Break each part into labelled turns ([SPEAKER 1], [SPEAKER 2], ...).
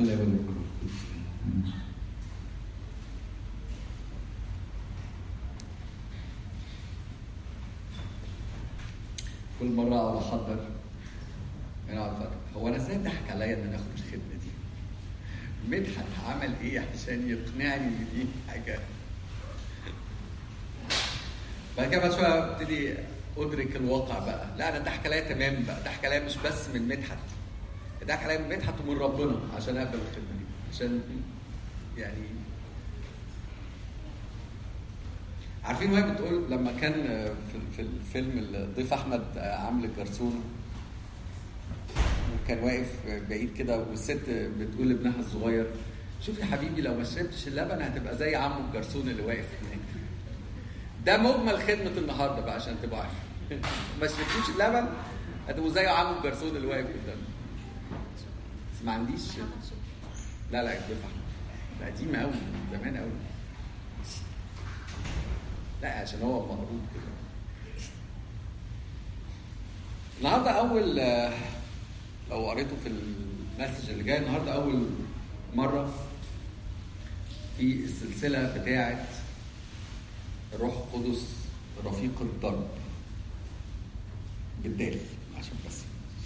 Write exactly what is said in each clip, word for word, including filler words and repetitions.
[SPEAKER 1] بسم الله والابن والروح القدس. كل مرة أقعد أحضر أنا أقعد أفكر هو أنا إزاي ضحك عليا إن أنا آخد الخدمة دي؟ مدحت عمل إيه عشان يقنعني إن دي حاجة؟ بعد كده بعد شوية ابتدي أدرك الواقع بقى، لا أنا ضحك عليا تمام بقى، ضحك عليا مش بس من مدحت، ضحك عليا من مدحت ومن ربنا عشان أقبل الخدمة دي، عشان يعني عارفين وهي بتقول لما كان في الفيلم الضيف احمد عامل الجرسون وكان واقف بعيد كده والست بتقول لابنها الصغير شوف يا حبيبي لو ما شربتش اللبن هتبقى زي عمو الجرسون اللي واقف هناك. ده مجمل خدمه النهارده بقى عشان تبقوا عارفين. ما شربتوش اللبن هتبقوا زي عمو الجرسون اللي واقف قدامنا. بس ما عنديش لا لا الضيف احمد ده قديم قوي زمان قوي، لا عشان هو مقروض كده. النهارده اول لو قريته في المسج اللي جاي النهارده اول مره في السلسله بتاعه الروح القدس رفيق الدرب بالدال عشان بس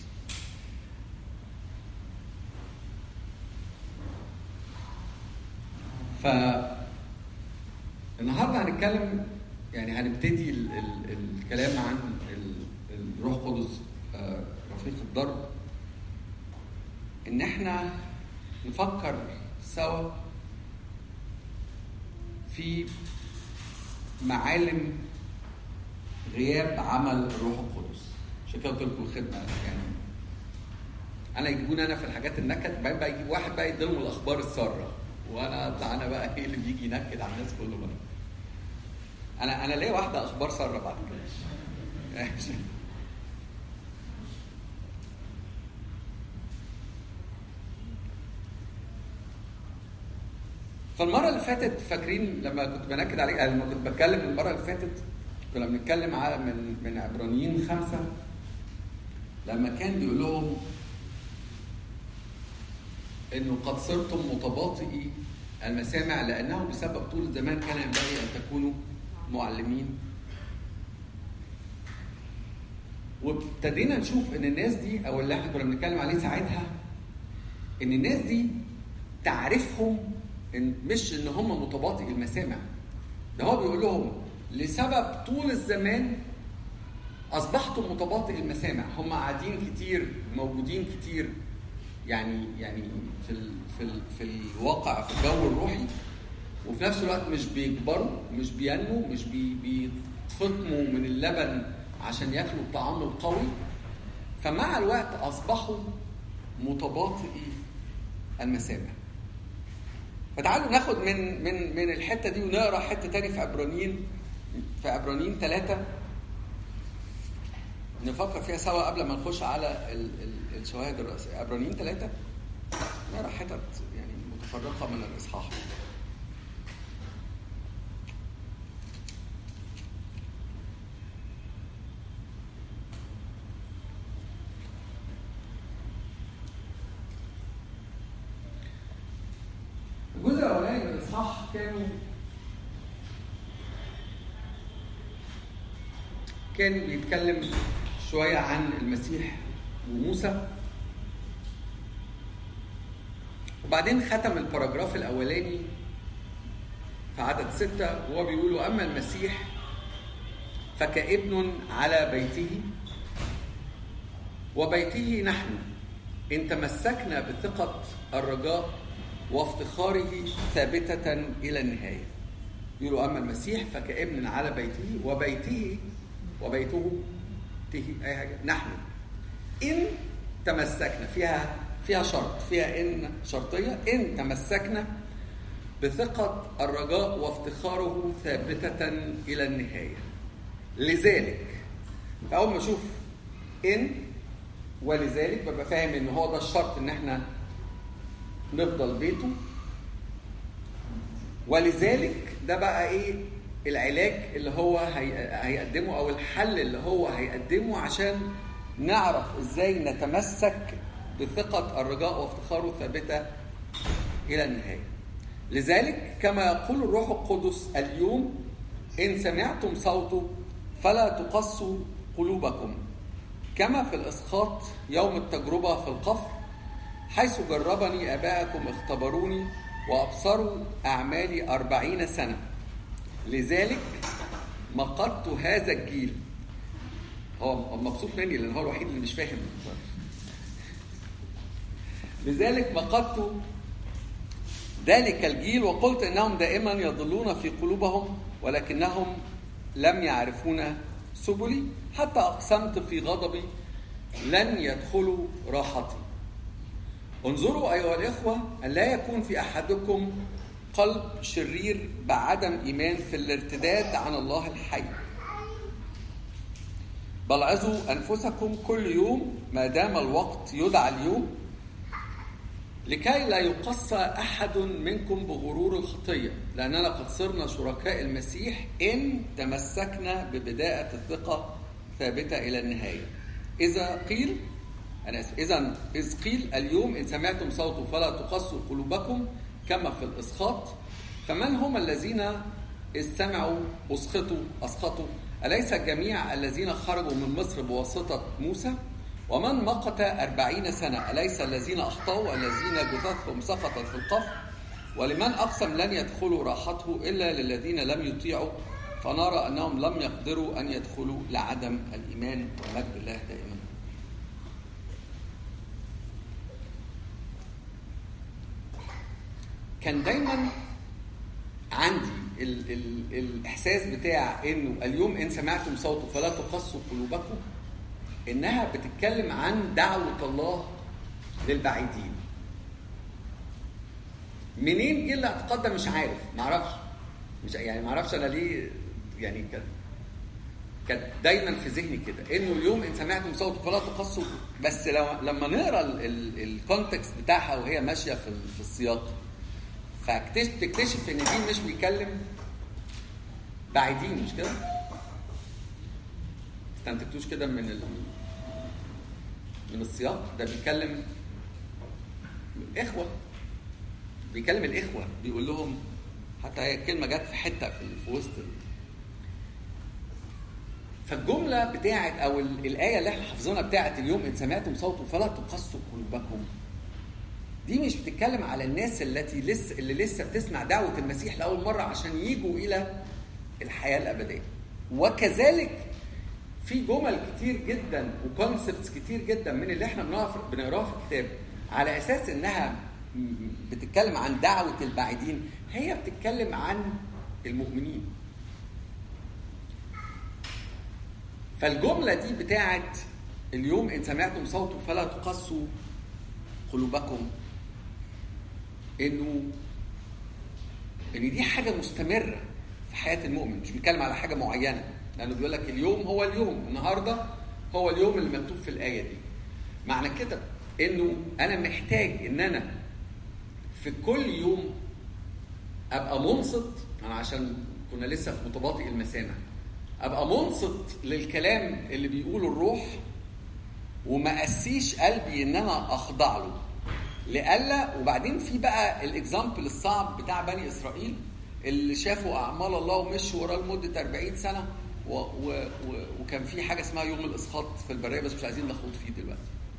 [SPEAKER 1] ف النهارده هنتكلم يعني هنبتدي ال ال الكلام عن الروح القدس رفيق الدرب، ان احنا نفكر سوا في معالم غياب عمل الروح القدس. عشان كده قلت لكم الخدمه يعني انا يجيبوني انا في الحاجات النكد، بعدين بقى يجيب واحد بقى يديلهم الاخبار الساره وانا اطلع انا بقى ايه اللي بيجي ينكد على الناس كله بقى. انا انا ليه واحده اخبار ساره بعد كده. فالمره اللي فاتت فاكرين لما كنت بنكد عليك لما كنت بتكلم المره اللي فاتت كنا بنتكلم على من من عبرانيين خمسة لما كان بيقول لهم انه قد صرتم متباطئي المسامع لانه بسبب طول الزمان كان ينبغي ان تكونوا معلمين. وابتدينا نشوف ان الناس دي او اللي احنا كنا بنتكلم عليه ساعتها ان الناس دي تعرفهم إن مش ان هم متباطئ المسامع، ده هو بيقول لهم لسبب طول الزمان اصبحتم متباطئ المسامع. هم قاعدين كتير موجودين كتير يعني يعني في ال في ال في الواقع في الجو الروحي، وفي نفس الوقت مش بيكبروا مش بينموا مش بي بيتفطموا من اللبن عشان ياكلوا الطعام القوي، فمع الوقت اصبحوا متباطئي المسامع. فتعالوا ناخد من من من الحته دي ونقرا حته تاني في عبرانيين في عبرانيين ثلاثة نفكر فيها سوا قبل ما نخش على ال ال الشواهد الرئيسيه. عبرانيين ثلاثة نقرا حتت يعني متفرقه من الاصحاح. الجزء الاولاني من الاصحاح كانوا كان بيتكلم شويه عن المسيح وموسى، وبعدين ختم الباراجراف الاولاني في عدد ستة وهو بيقول اما المسيح فكابن على بيته وبيته نحن ان تمسكنا بثقة الرجاء وافتخاره ثابتة الى النهاية. يقولوا اما المسيح فكابن على بيته وبيته وبيته اي حاجه نحن ان تمسكنا فيها فيها شرط فيها ان شرطيه ان تمسكنا بثقة الرجاء وافتخاره ثابتة الى النهايه. لذلك اول ما اشوف ان ولذلك ببقى فاهم ان هو ده الشرط ان احنا نفضل بيته، ولذلك ده بقى ايه العلاج اللي هو هيقدمه او الحل اللي هو هيقدمه عشان نعرف ازاي نتمسك بثقة الرجاء وافتخاره ثابتة إلى النهاية. لذلك كما يقول الروح القدس اليوم: إن سمعتم صوته فلا تقسوا قلوبكم، كما في الإسخاط يوم التجربة في القفر، حيث جربني آباءكم اختبروني وأبصروا أعمالي أربعين سنة. لذلك مقدت هذا الجيل. هو مبسوط مني لأن هو الوحيد اللي مش فاهم. لذلك مقدت ذلك الجيل وقلت إنهم دائما يضلون في قلوبهم ولكنهم لم يعرفون سبلي، حتى أقسمت في غضبي لن يدخلوا راحتي. انظروا أيها الإخوة أن لا يكون في أحدكم قلب شرير بعدم إيمان في الارتداد عن الله الحي، بل عظوا أنفسكم كل يوم ما دام الوقت يدعى اليوم، لكي لا يقصى أحد منكم بغرور الخطية، لأننا قد صرنا شركاء المسيح إن تمسكنا ببداءة الثقة ثابتة إلى النهاية. إذا قيل أنا أسف إذا إذ قيل اليوم إن سمعتم صوته فلا تقسوا قلوبكم كما في الإسخاط، فمن هم الذين إذ سمعوا أسخطوا أسخطوا؟ أليس الجميع الذين خرجوا من مصر بواسطة موسى؟ ومن مقت أربعين سنة أليس الذين أخطأوا الذين جثثهم سقطت في القفر؟ ولمن أقسم لن يدخلوا راحته إلا للذين لم يطيعوا، فنرى أنهم لم يقدروا أن يدخلوا لعدم الإيمان، ومجد الله دائما. كان دايما عندي ال ال الإحساس بتاع إنه اليوم إن سمعتم صوته فلا تقسوا قلوبكم، إنها بتتكلم عن دعوة الله للبعيدين. منين جه الاعتقاد ده مش عارف، معرفش مش يعني معرفش أنا ليه، يعني كان كانت دايما في ذهني كده إنه اليوم إن سمعتم صوته فلا تقسوا. بس لما نقرأ الكونتكست بتاعها وهي ماشية في في السياق، فتكتشف إن دي مش بيكلم بعيدين، مش كده؟ استنتجتوش كده من ال... من السياق ده؟ بيكلم إخوة، بيكلم الإخوة، بيقول لهم، حتى هي الكلمة جت في حتة في, في وسط. فالجملة بتاعت أو الآية اللي احنا حافظينها بتاعت اليوم إن سمعتم صوته فلا تقسوا قلوبكم، دي مش بتتكلم على الناس التي لسه اللي لسه بتسمع دعوة المسيح لأول مرة عشان يجوا إلى الحياة الأبدية. وكذلك في جمل كتير جدا وكونسبتس كتير جدا من اللي احنا بنقراها في الكتاب على أساس إنها بتتكلم عن دعوة البعيدين، هي بتتكلم عن المؤمنين. فالجملة دي بتاعت اليوم إن سمعتم صوته فلا تقسوا قلوبكم، إنه إن دي حاجة مستمرة في حياة المؤمن، مش بنتكلم على حاجة معينة، لأنه بيقول لك اليوم هو اليوم، النهاردة هو اليوم اللي مكتوب في الآية دي. معنى كده إنه أنا محتاج إن أنا في كل يوم أبقى منصت، أنا عشان كنا لسه في متباطئ المسامع، أبقى منصت للكلام اللي بيقوله الروح، وما أسيش قلبي إن أنا أخضع له لألا. وبعدين في بقى الإكزامبل الصعب بتاع بني إسرائيل اللي شافوا أعمال الله ومشوا وراه لمدة أربعين سنة، و و و وكان في حاجة اسمها يوم الإسخاط في البرية، بس مش عايزين نخوض فيه دلوقتي.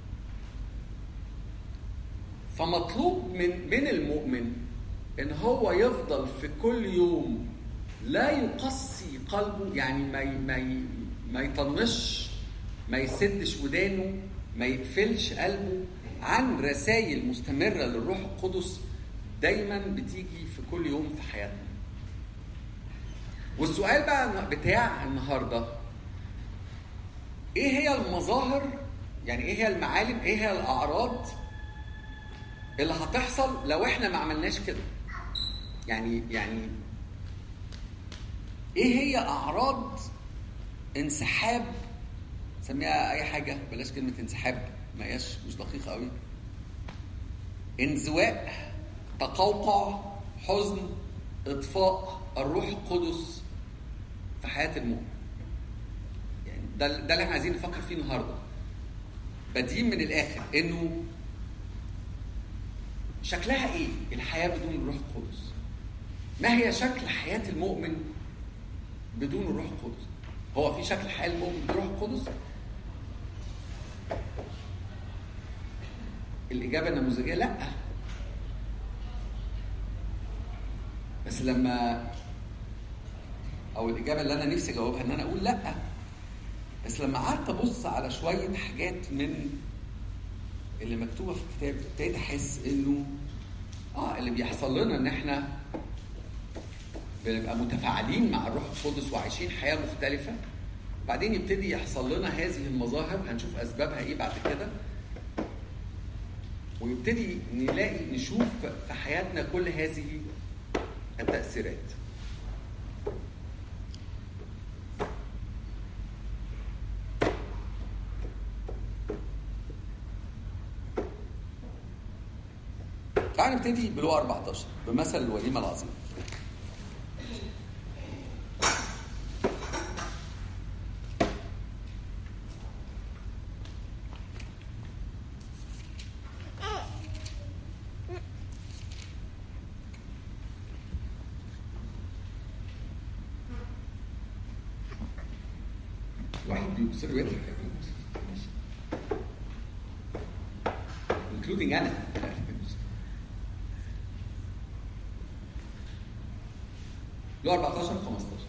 [SPEAKER 1] فمطلوب من من المؤمن إن هو يفضل في كل يوم لا يقسي قلبه، يعني ما ما ما يطنش، ما يسدش ودانه، ما يقفلش قلبه عن رسائل مستمرة للروح القدس دايما بتيجي في كل يوم في حياتنا. والسؤال بقى بتاع النهاردة، ايه هي المظاهر، يعني ايه هي المعالم، ايه هي الأعراض اللي هتحصل لو احنا ما عملناش كده؟ يعني يعني ايه هي أعراض انسحاب، سميها اي حاجة، بلاش كلمة انسحاب، ما هياش مش دقيقة قوي، انزواء، تقوقع، حزن، اطفاء الروح القدس في حياة المؤمن. يعني ده ده اللي احنا عايزين نفكر فيه النهارده. بدين من الاخر انه شكلها ايه الحياه بدون الروح القدس؟ ما هي شكل حياه المؤمن بدون الروح القدس؟ هو في شكل حياه المؤمن بدون الروح القدس؟ الاجابه النموذجيه لا. بس لما او الاجابه اللي انا نفسي اجاوبها ان انا اقول لا. بس لما قعدت ابص على شويه حاجات من اللي مكتوبه في الكتاب ابتديت احس انه اه اللي بيحصل لنا ان احنا بنبقى متفاعلين مع الروح القدس وعايشين حياه مختلفه، بعدين يبتدي يحصل لنا هذه المظاهر، هنشوف اسبابها ايه بعد كده، ويبتدي نلاقي نشوف في حياتنا كل هذه التأثيرات. تعال نبتدي بلوقا أربعة عشر بمثل الوليمة العظيمة. واحد بيبصر ويضحك including أنا. لو أربعة عشر خمسة عشر.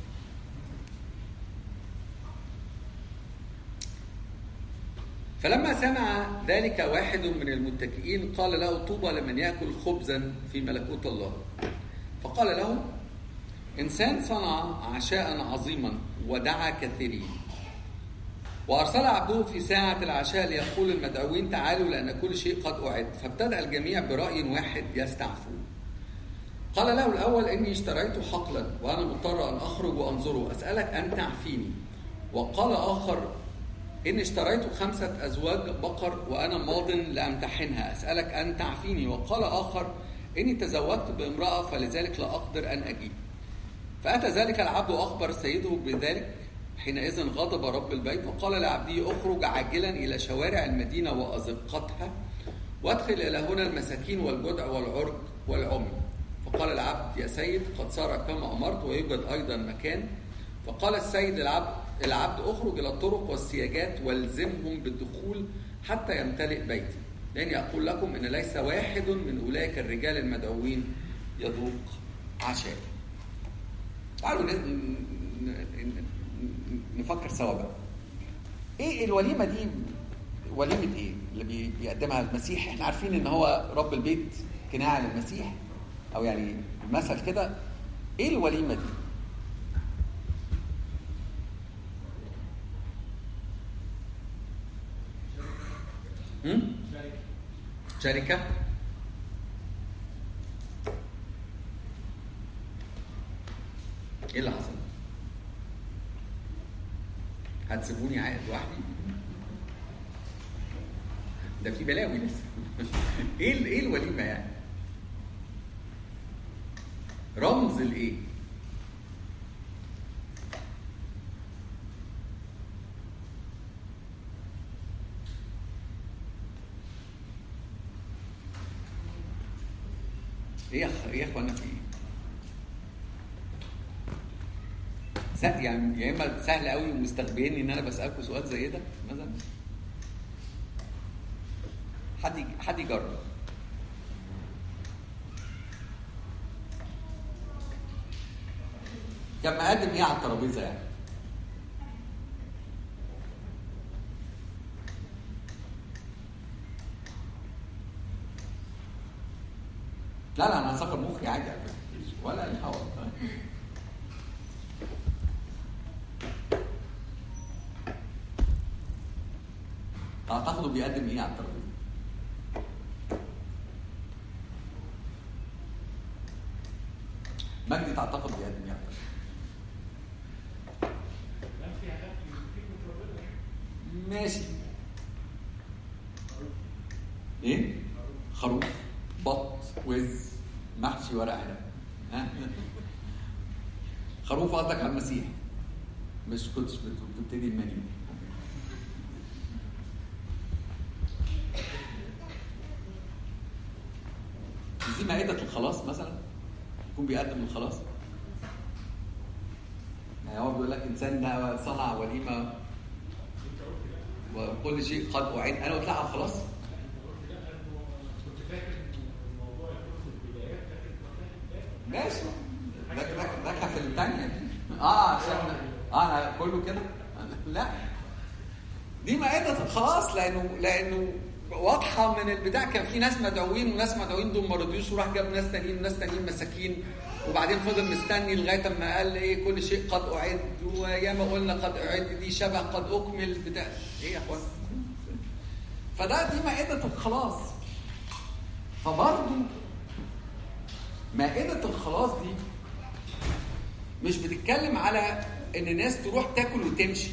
[SPEAKER 1] فلما سمع ذلك واحد من المتكئين قال له طوبى لمن يأكل خبزا في ملكوت الله. فقال له إنسان صنع عشاء عظيما ودعا كثيرين، وأرسل عبده في ساعة العشاء ليقول المدعوين تعالوا لأن كل شيء قد أعد. فابتدأ الجميع برأي واحد يستعفون. قال له الأول إني اشتريت حقلا وأنا مضطر أن أخرج وأنظره، أسألك أن تعفيني. وقال آخر إني اشتريت خمسة أزواج بقر وأنا ماض لأمتحنها، أسألك أن تعفيني. وقال آخر إني تزوجت بامرأة فلذلك لا أقدر أن أجيب. فأتى ذلك العبد وأخبر سيده بذلك، حينئذ غضب رب البيت وقال لعبده اخرج عاجلا إلى شوارع المدينة وأزقتها وادخل إلى هنا المساكين والجدع والعرج والعمي. فقال العبد يا سيد قد صار كما أمرت ويوجد أيضا مكان. فقال السيد للعبد العبد اخرج إلى الطرق والسياجات والزمهم بالدخول حتى يمتلئ بيتي، لأني أقول لكم إن ليس واحد من أولئك الرجال المدعوين يذوق عشاء. تعالوا نفكر سوا بقى. ايه الوليمه دي؟ وليمه ايه اللي بيقدمها المسيح؟ احنا عارفين ان هو رب البيت كناية للمسيح، او يعني مثل كده. ايه الوليمه دي؟ هم؟ شركه. ايه اللي حصل؟ هتسيبوني عايز لوحدي؟ ده في بلاوي لسه. ايه ايه الوليمه يعني؟ رمز الايه؟ ايه يا ايه يا اخوانا في ايه؟ سهل يعني، يا اما سهل قوي ومستخبيني ان انا بسالكم سؤال زي ده مثلا. حد حد يجرب. كان مقدم ايه على الترابيزه يعني؟ لا لا انا هسكر مخي عادي على فكره ولا الهوا. تعتقدوا بيقدم ايه على الترابيزه؟ مجدي تعتقد بيقدم ايه على الترابيزه؟ ماشي. ايه؟ خروف، بط، وز، محشي ورق عنب. ها؟ خروف قصدك على المسيح، مش كنتش بتبتدي المنيو. مائدة الخلاص مثلا يكون بيقدم الخلاص. يعني هو بيقول لك انسان ده صنع وليمه وكل شيء قد اعد، انا قلت لا خلاص. ماشي ده ده في الثانيه اه عشان اه انا كله كده لا دي مائدة الخلاص، لانه لانه واضحه من البدايه. كان في ناس مدعوين وناس مدعوين دول ما رضيوش، وراح جاب ناس تانيين وناس تانيين مساكين، وبعدين فضل مستني لغايه اما قال ايه كل شيء قد اعد، وياما قلنا قد اعد دي شبه قد اكمل بتاع ايه يا اخوان. فده دي مائدة الخلاص. فبرضه مائدة الخلاص دي مش بتتكلم على ان الناس تروح تاكل وتمشي.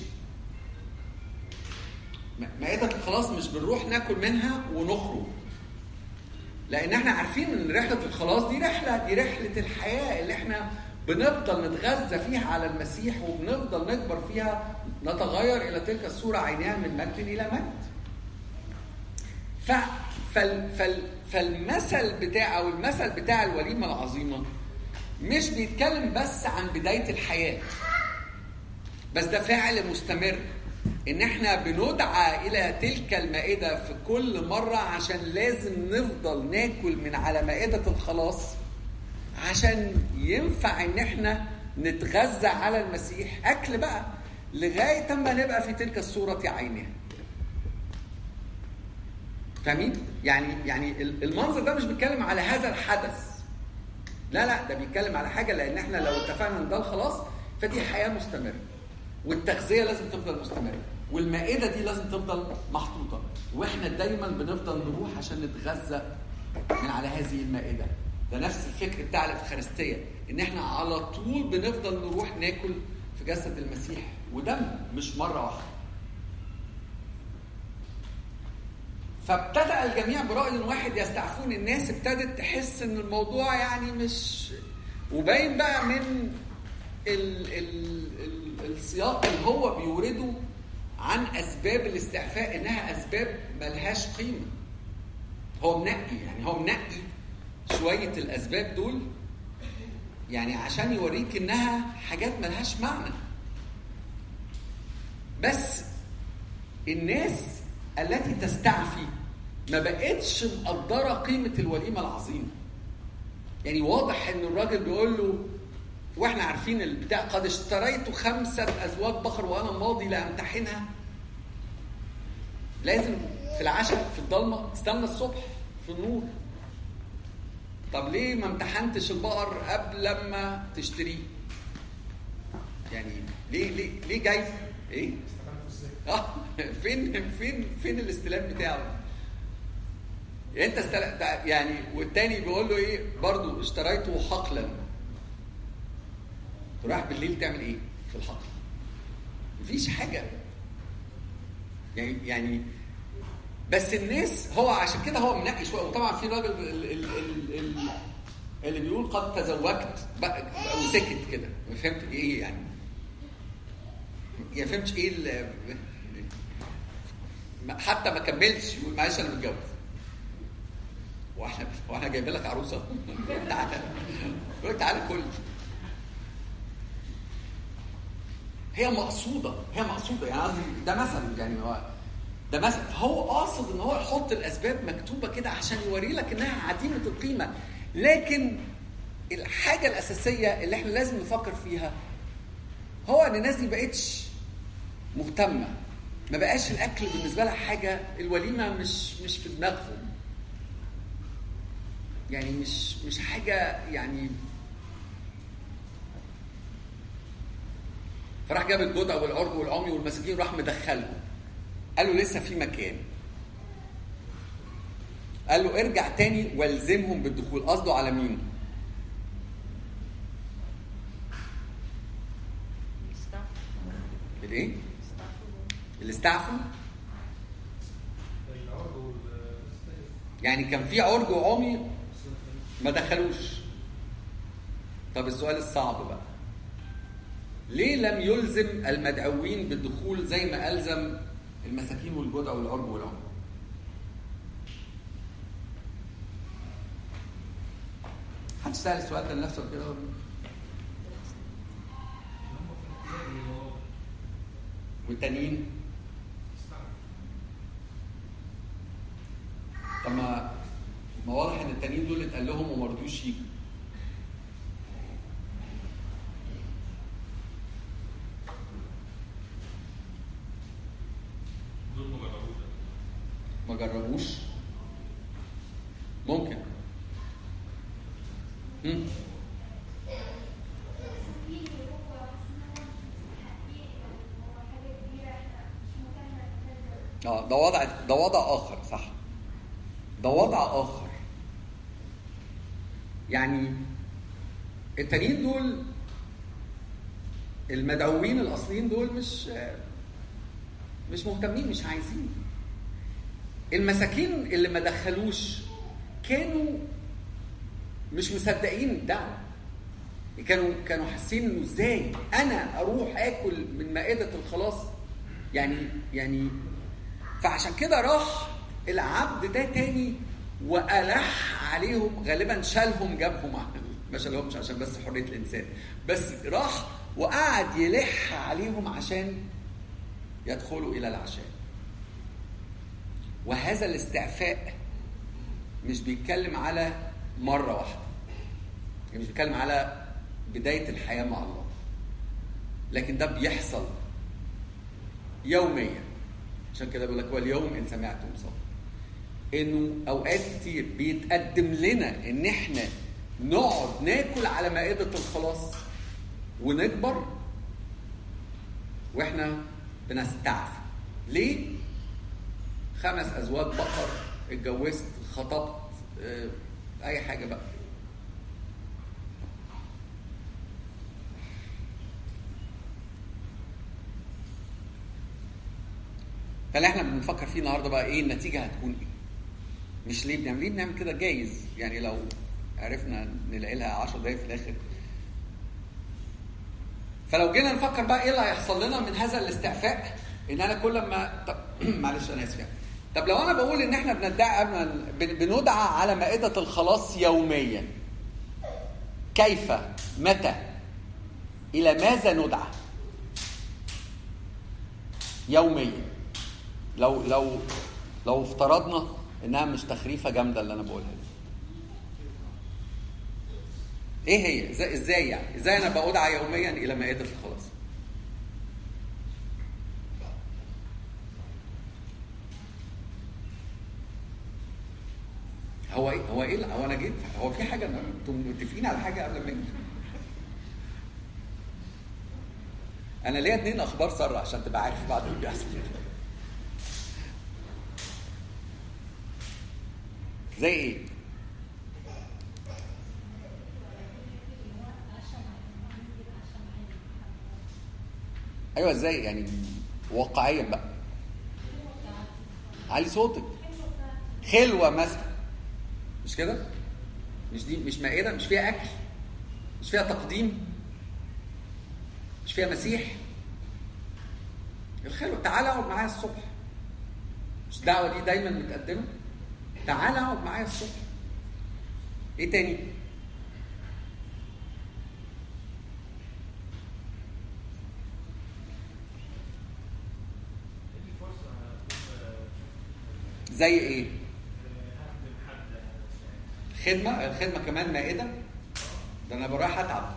[SPEAKER 1] مائدة الخلاص مش بنروح ناكل منها ونخرج، لان احنا عارفين ان رحلة الخلاص دي رحلة دي رحلة الحياة اللي احنا بنفضل نتغذى فيها على المسيح، وبنفضل نكبر فيها، نتغير الى تلك الصورة عينها من مجد الى مجد. ف... فال... فال... فالمثل بتاع او المثل بتاع الوليمة العظيمة مش بيتكلم بس عن بداية الحياة، بس ده فعل مستمر، ان احنا بندعى الى تلك المائدة في كل مرة، عشان لازم نفضل ناكل من على مائدة الخلاص عشان ينفع ان احنا نتغذى على المسيح اكل بقى لغاية ما نبقى في تلك الصورة عينها. فاهمين؟ يعني يعني المنظر ده مش بيتكلم على هذا الحدث، لا لا ده بيتكلم على حاجة، لان احنا لو اتفقنا ان ده الخلاص فدي حياة مستمرة، والتغذية لازم تفضل مستمرة، والمائدة دي لازم تفضل محطوطة، واحنا دايما بنفضل نروح عشان نتغذى من على هذه المائدة. ده نفس الفكر بتاع الإفخارستية، ان احنا على طول بنفضل نروح ناكل في جسد المسيح ودم، مش مرة واحدة. فابتدأ الجميع برأي واحد يستعفون. الناس ابتدت تحس ان الموضوع يعني مش، وباين بقى من ال ال ال السياق اللي هو بيورده عن أسباب الاستعفاء إنها أسباب ملهاش قيمة. هو منقي، يعني هو منقي شوية الأسباب دول يعني عشان يوريك إنها حاجات ملهاش معنى. بس الناس التي تستعفي ما بقتش مقدرة قيمة الوليمة العظيمة. يعني واضح إن الراجل بيقول له واحنا عارفين البتاع، قد اشتريت خمسة أزواج بقر وأنا ماضي لأمتحنها. لازم في العشاء في الضلمة تستنى الصبح في النور. طب ليه ما امتحنتش البقر قبل لما تشتريه؟ يعني ليه ليه ليه جاي ايه؟ اه فين فين فين الاستلام بتاعه؟ انت استل... يعني والتاني بيقول له ايه برضو اشتريته حقلا. تروح بالليل تعمل ايه في الحقل؟ مفيش حاجه. يعني يعني بس الناس هو عشان كده هو منقي شويه. وطبعا في راجل ال ال ال اللي بيقول قد تزوجت بقى وسكت كده، ما فهمت ايه يعني، يا فهمتش ايه حتى ما كملش يقول معلش انا متجوز واحنا واحنا جايبين لك عروسه تعالى تعالى كل. هي مقصوده هي مقصوده يعني قصدي ده مثل، يعني هو ده مثل، هو قاصد ان هو يحط الاسباب مكتوبه كده عشان يوري لك انها عديمه القيمه. لكن الحاجه الاساسيه اللي احنا لازم نفكر فيها هو ان الناس دي بقتش مهتمه، ما بقاش الاكل بالنسبه لها حاجه، الوليمه مش مش في دماغهم، يعني مش مش حاجه يعني. فراح جاب الجدع والعرج والعمي والمساكين وراح مدخلهم، قال له لسه في مكان، قال له ارجع تاني والزمهم بالدخول. قصده على مين؟ الايه؟ اللي استعفوا. يعني كان في عرج وعمي ما دخلوش. طب السؤال الصعب بقى، ليه لم يلزم المدعوين بالدخول زي ما ألزم المساكين والجدع والعرج والعمي؟ حد سأل السؤال ده لنفسه كده؟ والتانيين طب ما ما واضح ان التانيين دول اتقال لهم وما رضوش يجوا.
[SPEAKER 2] دول ما جربوش
[SPEAKER 1] ما جربوش ممكن. امم اه ده وضع ده وضع اخر صح. ده وضع اخر. يعني التانيين دول المدعوين الاصليين دول مش مش مهتمين مش عايزين. المساكين اللي ما دخلوش كانوا مش مصدقين الدعوه. كانوا كانوا حاسين انه ازاي انا اروح اكل من مائده الخلاص يعني يعني فعشان كده راح العبد ده تاني وألح عليهم غالبا شالهم جابهم ما شالهمش عشان بس حرية الإنسان بس راح وقعد يلح عليهم عشان يدخلوا إلى العشاء. وهذا الاستعفاء مش بيتكلم على مرة واحدة يعني مش بيتكلم على بداية الحياة مع الله لكن ده بيحصل يوميا. عشان كده بقول لك واليوم إن سمعتم صوت إنه أوقات كتير بيتقدم لنا إن إحنا نقعد ناكل على مائدة الخلاص ونكبر وإحنا بنستعفى. ليه؟ خمس أزواج بقر اتجوزت خطبت اه أي حاجة بقى. فاللي احنا بنفكر فيه النهارده بقى ايه النتيجه هتكون ايه؟ مش ليه بنعمل ليه بنعمل كده جايز يعني لو عرفنا نلاقي لها عشر دقايق في الاخر. فلو جينا نفكر بقى ايه اللي هيحصل لنا من هذا الاستعفاء ان انا كل ما طب معلش انا اسف يعني. طب لو انا بقول ان احنا بندعي بندعى على مائده الخلاص يوميا كيف متى الى ماذا ندعى يوميا؟ لو لو لو افترضنا انها مش تخريفه جامده اللي انا بقولها دي. ايه هي ازاي, إزاي يعني ازاي انا بأدعى يوميا الى مائده الخلاص؟ هو ايه هو ايه هو انا جيت هو في حاجه انتم متفقين على حاجه قبل ما اجي؟ انا ليا اتنين اخبار ساره عشان تبقى عارف بعد اللي بيحصل. زي ايه؟ ايوه ازاي يعني واقعيا بقى؟ علي صوتك. خلوه مثلا مش كده؟ مش دي مش مائده مش فيها اكل مش فيها تقديم مش فيها مسيح. الخلوه تعال اقعد معايا الصبح. مش الدعوه دي دايما متقدمه؟ تعال اقعد معايا الصبح. ايه تاني؟ زي ايه؟ خدمه الخدمه كمان مائده. ده انا بروح اتعب.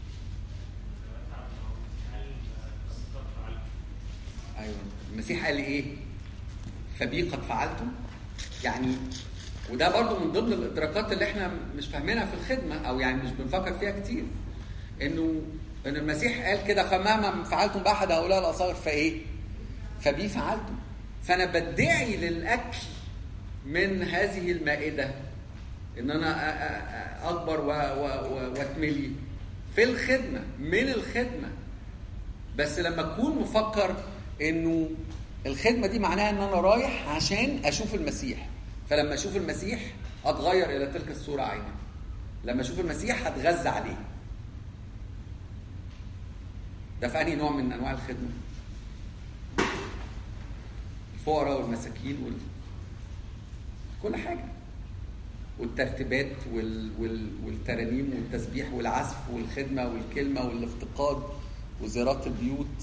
[SPEAKER 1] ايوه المسيح قال ايه؟ فبي قد فعلتم. يعني وده برضو من ضمن الادراكات اللي احنا مش فاهمينها في الخدمه او يعني مش بنفكر فيها كتير انه ان المسيح قال كده فمهما فعلتم باحد هؤلاء الاصاغر فايه؟ فبي فعلتم. فانا بدعي للاكل من هذه المائده ان انا اكبر واتملي في الخدمه من الخدمه. بس لما اكون مفكر انه الخدمه دي معناها ان انا رايح عشان اشوف المسيح فلما اشوف المسيح اتغير الى تلك الصوره عينها. لما اشوف المسيح هتغذى عليه. ده في أنهي نوع من انواع الخدمه؟ الفقراء والمساكين وال... كل حاجه. والترتيبات وال... وال... والترانيم والتسبيح والعزف والخدمة والكلمة والافتقاد وزيارات البيوت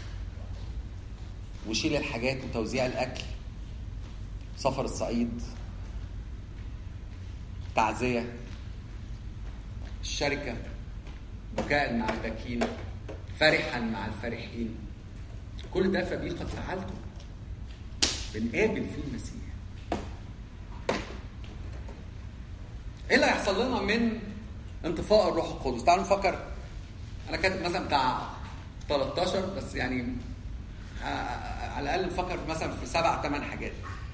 [SPEAKER 1] وشيل الحاجات وتوزيع الأكل، سفر الصعيد، تعزية، الشركة، بكاء مع الباكين، فرحا مع الفرحين. كل ده فبيه قد فعلته، بنقابل فيه المسيح. ايه اللي هيحصل لنا من انطفاء الروح القدس؟ تعالوا نفكر. انا كاتب مثلا بتاع تلتاشر بس يعني على الاقل نفكر مثلا في سبع ثمان حاجات.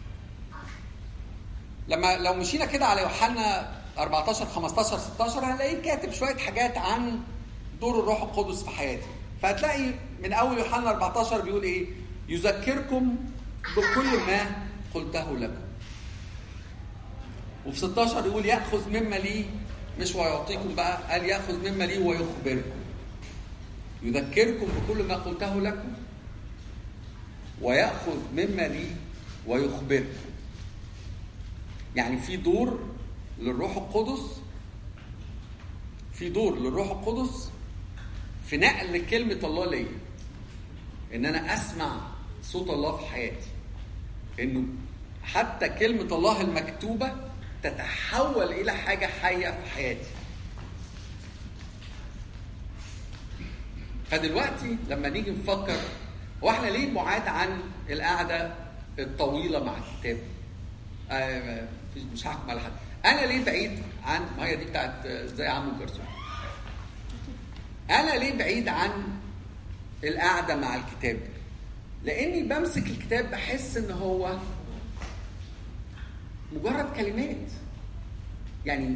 [SPEAKER 1] لما لو مشينا كده على يوحنا أربعتاشر خمستاشر ستاشر هنلاقيه كاتب شويه حاجات عن دور الروح القدس في حياتي. فهتلاقي من اول يوحنا أربعتاشر بيقول ايه؟ يذكركم بكل ما قلته لكم. وفي ستاشر يقول ياخذ مما لي، مش ويعطيكم بقى، قال ياخذ مما لي ويخبركم. يذكركم بكل ما قلته لكم وياخذ مما لي ويخبركم. يعني في دور للروح القدس، في دور للروح القدس في نقل كلمة الله ليا، ان انا اسمع صوت الله في حياتي، انه حتى كلمة الله المكتوبة تتحول الى حاجة حية في حياتي. فدلوقتي لما نيجي نفكر، واحنا ليه بعاد عن القعدة الطويلة مع الكتاب؟ آه مش هحكم على حد. انا ليه بعيد عن، ما هي دي بتاعت زي عمو جرسون، انا ليه بعيد عن القعدة مع الكتاب؟ لاني بمسك الكتاب بحس ان هو مجرد كلمات، يعني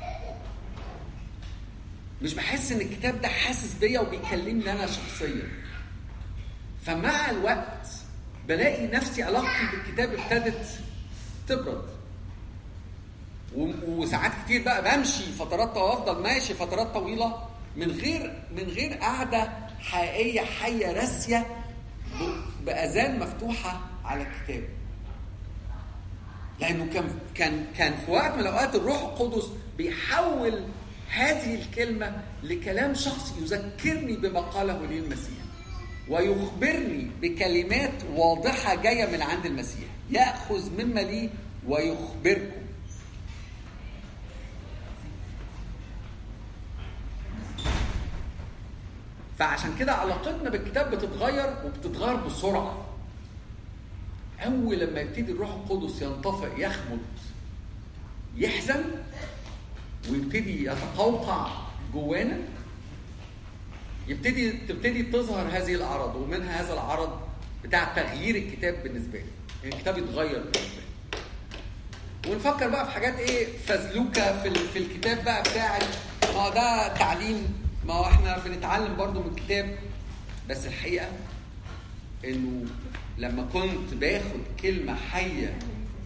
[SPEAKER 1] مش بحس ان الكتاب ده حاسس بيا وبيكلمني انا شخصيا. فمع الوقت بلاقي نفسي علاقتي بالكتاب ابتدت تبرد، وساعات كتير بقى بمشي فترات، وافضل ماشي فترات طويله من غير من غير قعده حقيقيه حيه راسيه باذان مفتوحه على الكتاب. لانه كان كان كان في وقت من الاوقات الروح القدس بيحول هذه الكلمه لكلام شخصي يذكرني بما قاله لي المسيح، ويخبرني بكلمات واضحه جايه من عند المسيح. ياخذ مما لي ويخبركم. فعشان كده علاقتنا بالكتاب بتتغير، وبتتغير بسرعه. اول لما يبتدي الروح القدس ينطفئ، يخمد، يحزن، ويبتدي يتقوقع جوانا، يبتدي تبتدي تظهر هذه الاعراض. ومنها هذا العرض بتاع تغيير الكتاب بالنسبه لي، يعني الكتاب يتغير بالنسبه لي. ونفكر بقى في حاجات ايه فزلوكه في في الكتاب بقى بتاع، ما ده تعليم، ما هو احنا بنتعلم برضو من الكتاب. بس الحقيقه انه لما كنت باخد كلمه حيه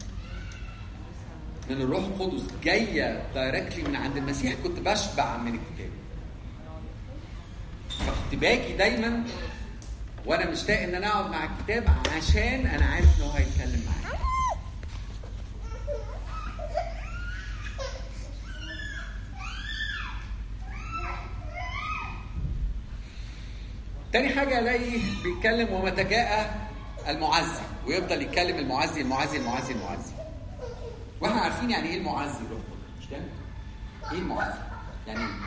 [SPEAKER 1] من الروح القدس جايه دايركتلي من عند المسيح، كنت بشبع من الكتاب. فكنت باجي دايما وانا مشتاق ان انا اقعد مع الكتاب، عشان انا عارف ان هو هيتكلم معايا. تاني حاجه الاقي بيتكلم ومتى جاء المعزي، ويفضل يتكلم المعزي المعزي المعزي المعزي. واحنا عارفين يعني ايه المعزي الروح القدس، مش كده؟ ايه المعزي؟ يعني ايه؟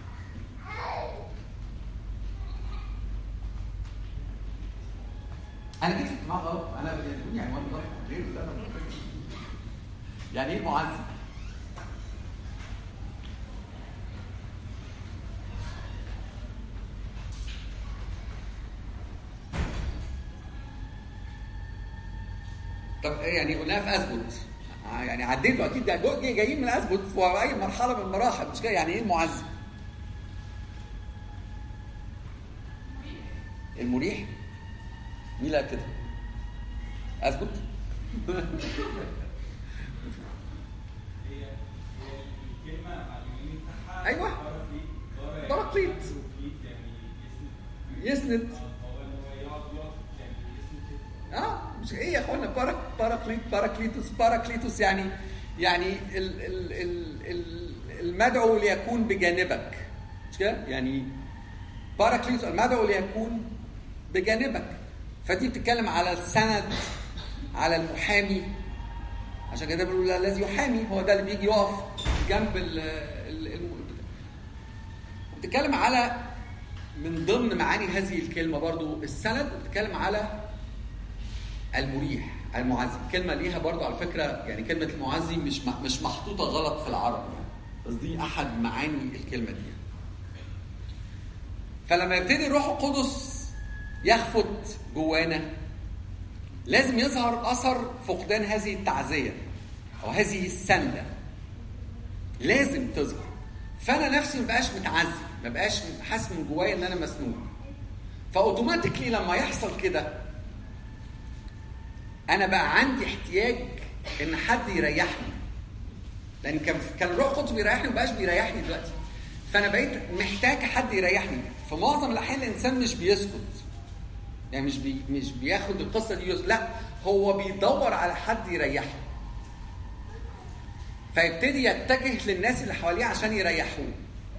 [SPEAKER 1] انا جيت في اجتماع غلط، انا بيقولوني عنوان غلط غير ده. يعني ايه المعزي؟ طب يعني قلناها في اثبت، يعني عديته اكيد، ده جايين من اثبت في اي مرحله من المراحل، مش كده؟ يعني ايه المعزي؟ المريح؟ مين لا كده؟ اثبت؟ ايوه باراكليت، يسند. اه مش ايه يا اخوانا؟ باراك باراكليت باراكليتوس باراكليتوس يعني يعني ال ال ال المدعو ليكون بجانبك، مش كده؟ يعني باراكليتوس المدعو ليكون بجانبك. فدي بتتكلم على السند، على المحامي. عشان كده بيقولوا الذي يحامي هو ده اللي بيجي يقف جنب ال ال بتتكلم على من ضمن معاني هذه الكلمه برضو السند، بتتكلم على المريح المعزي. كلمه ليها برضو على فكره، يعني كلمه المعزي مش مش محطوطه غلط في العرب يعني، بس دي احد معاني الكلمه دي. فلما يبتدي الروح القدس يخفت جوانا لازم يظهر اثر فقدان هذه التعزيه او هذه السنده، لازم تظهر. فانا نفسي ما بقاش متعزي، ما بقاش حاسس من جوايا ان انا مسنود. فاوتوماتيكلي لما يحصل كده انا بقى عندي احتياج ان حد يريحني، لان كان كان الروح القدس بيريحني ومبقاش بيريحني دلوقتي. فانا بقيت محتاج حد يريحني. في معظم الاحيان الانسان مش بيسكت، يعني مش بي مش بياخد القصه دي يسكت، لا هو بيدور على حد يريحه. فيبتدي يتجه للناس اللي حواليه عشان يريحوه.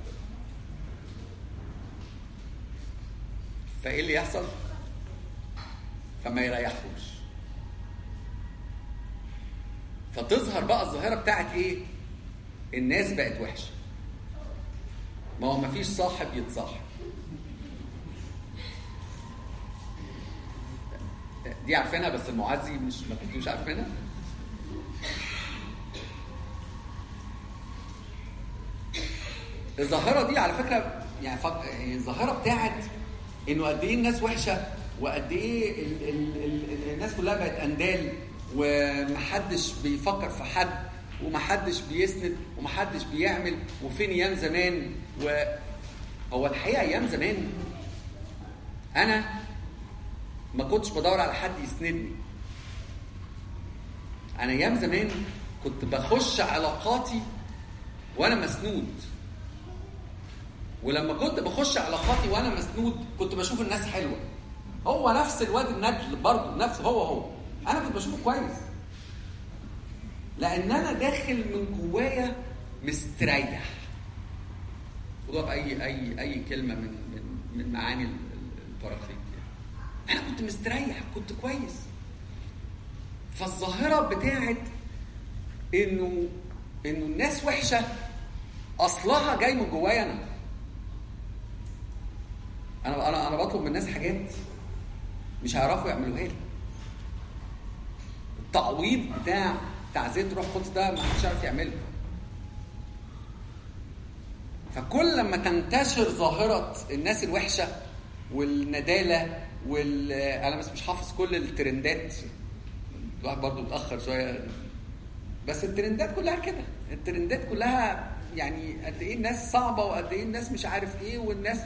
[SPEAKER 1] فايه اللي يحصل؟ فما يريحوش. فتظهر بقى الظاهره بتاعت ايه؟ الناس بقت وحشه. ما هو مفيش صاحب يتصاحب. دي عارفينها بس المعزي مش ما كنتوش عارفينها. الظاهره دي على فكره يعني فق... الظاهره بتاعت انه قد ايه الناس وحشه، وقد ايه ال... ال... ال... الناس كلها بقت اندال، ومحدش بيفكر في حد، ومحدش بيسند، ومحدش بيعمل، وفين ايام زمان. وهو الحقيقه ايام زمان انا ما كنتش بدور على حد يسندني. انا ايام زمان كنت بخش علاقاتي وانا مسنود. ولما كنت بخش علاقاتي وانا مسنود كنت بشوف الناس حلوه. هو نفس الواد الندل برضه، نفس هو هو انا كنت بشوفه كويس، لان انا داخل من جوايا مستريح. وده باي اي اي كلمه من من من معاني البراكليت. انا كنت مستريح، كنت كويس. فالظاهره بتاعت انه انه الناس وحشه اصلها جاي من جوايا انا. انا انا انا بطلب من الناس حاجات مش هيعرفوا يعملوها لي. التعويض بتاع تعزيه روح القدس ده ما حدش عارف يعمله. فكل لما تنتشر ظاهره الناس الوحشه والنداله وال انا بس مش حافظ كل الترندات، الواحد برضو متاخر شويه، بس الترندات كلها كده. الترندات كلها يعني قد ايه الناس صعبه، وقد ايه الناس مش عارف ايه، والناس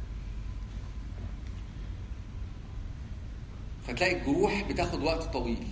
[SPEAKER 1] فتلاقي الجروح بتاخد وقت طويل.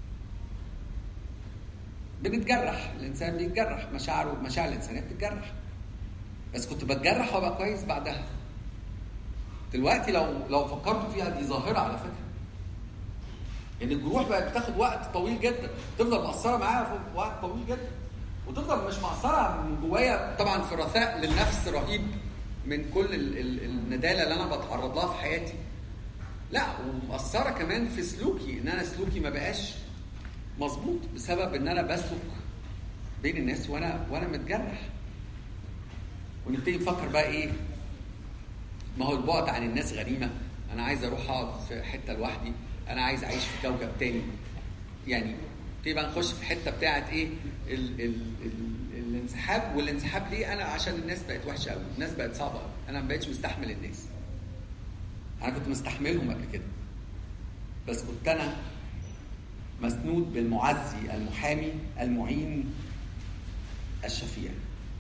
[SPEAKER 1] بنتجرح، الانسان بيتجرح، مشاعره مشاعر الانسانيه بتتجرح. بس كنت بتجرح وابقى كويس بعدها. دلوقتي لو لو فكرتوا فيها دي ظاهره على فكره، ان الجروح بقت بتاخد وقت طويل جدا، تفضل مأثره معايا في وقت طويل جدا، وتفضل مش مأثره من جوايا. طبعا في رثاء للنفس رهيب من كل ال ال الندالة اللي انا بتعرض لها في حياتي، لا ومأثره كمان في سلوكي، ان انا سلوكي ما بقاش مظبوط بسبب ان انا بسلك بين الناس وانا وانا متجرح. ونبتدي نفكر بقى ايه؟ ما هو البعد عن الناس غنيمه، انا عايز اروح اقعد في حته لوحدي، انا عايز اعيش في كوكب تاني. يعني نبتدي بقى نخش في حته بتاعت ايه؟ ال ال ال الانسحاب. والانسحاب ليه؟ انا عشان الناس بقت وحشه قوي، الناس بقت صعبه قوي، انا ما بقتش مستحمل الناس. انا كنت مستحملهم قبل كده، بس كنت انا مسنود بالمعزي المحامي المعين الشفيع.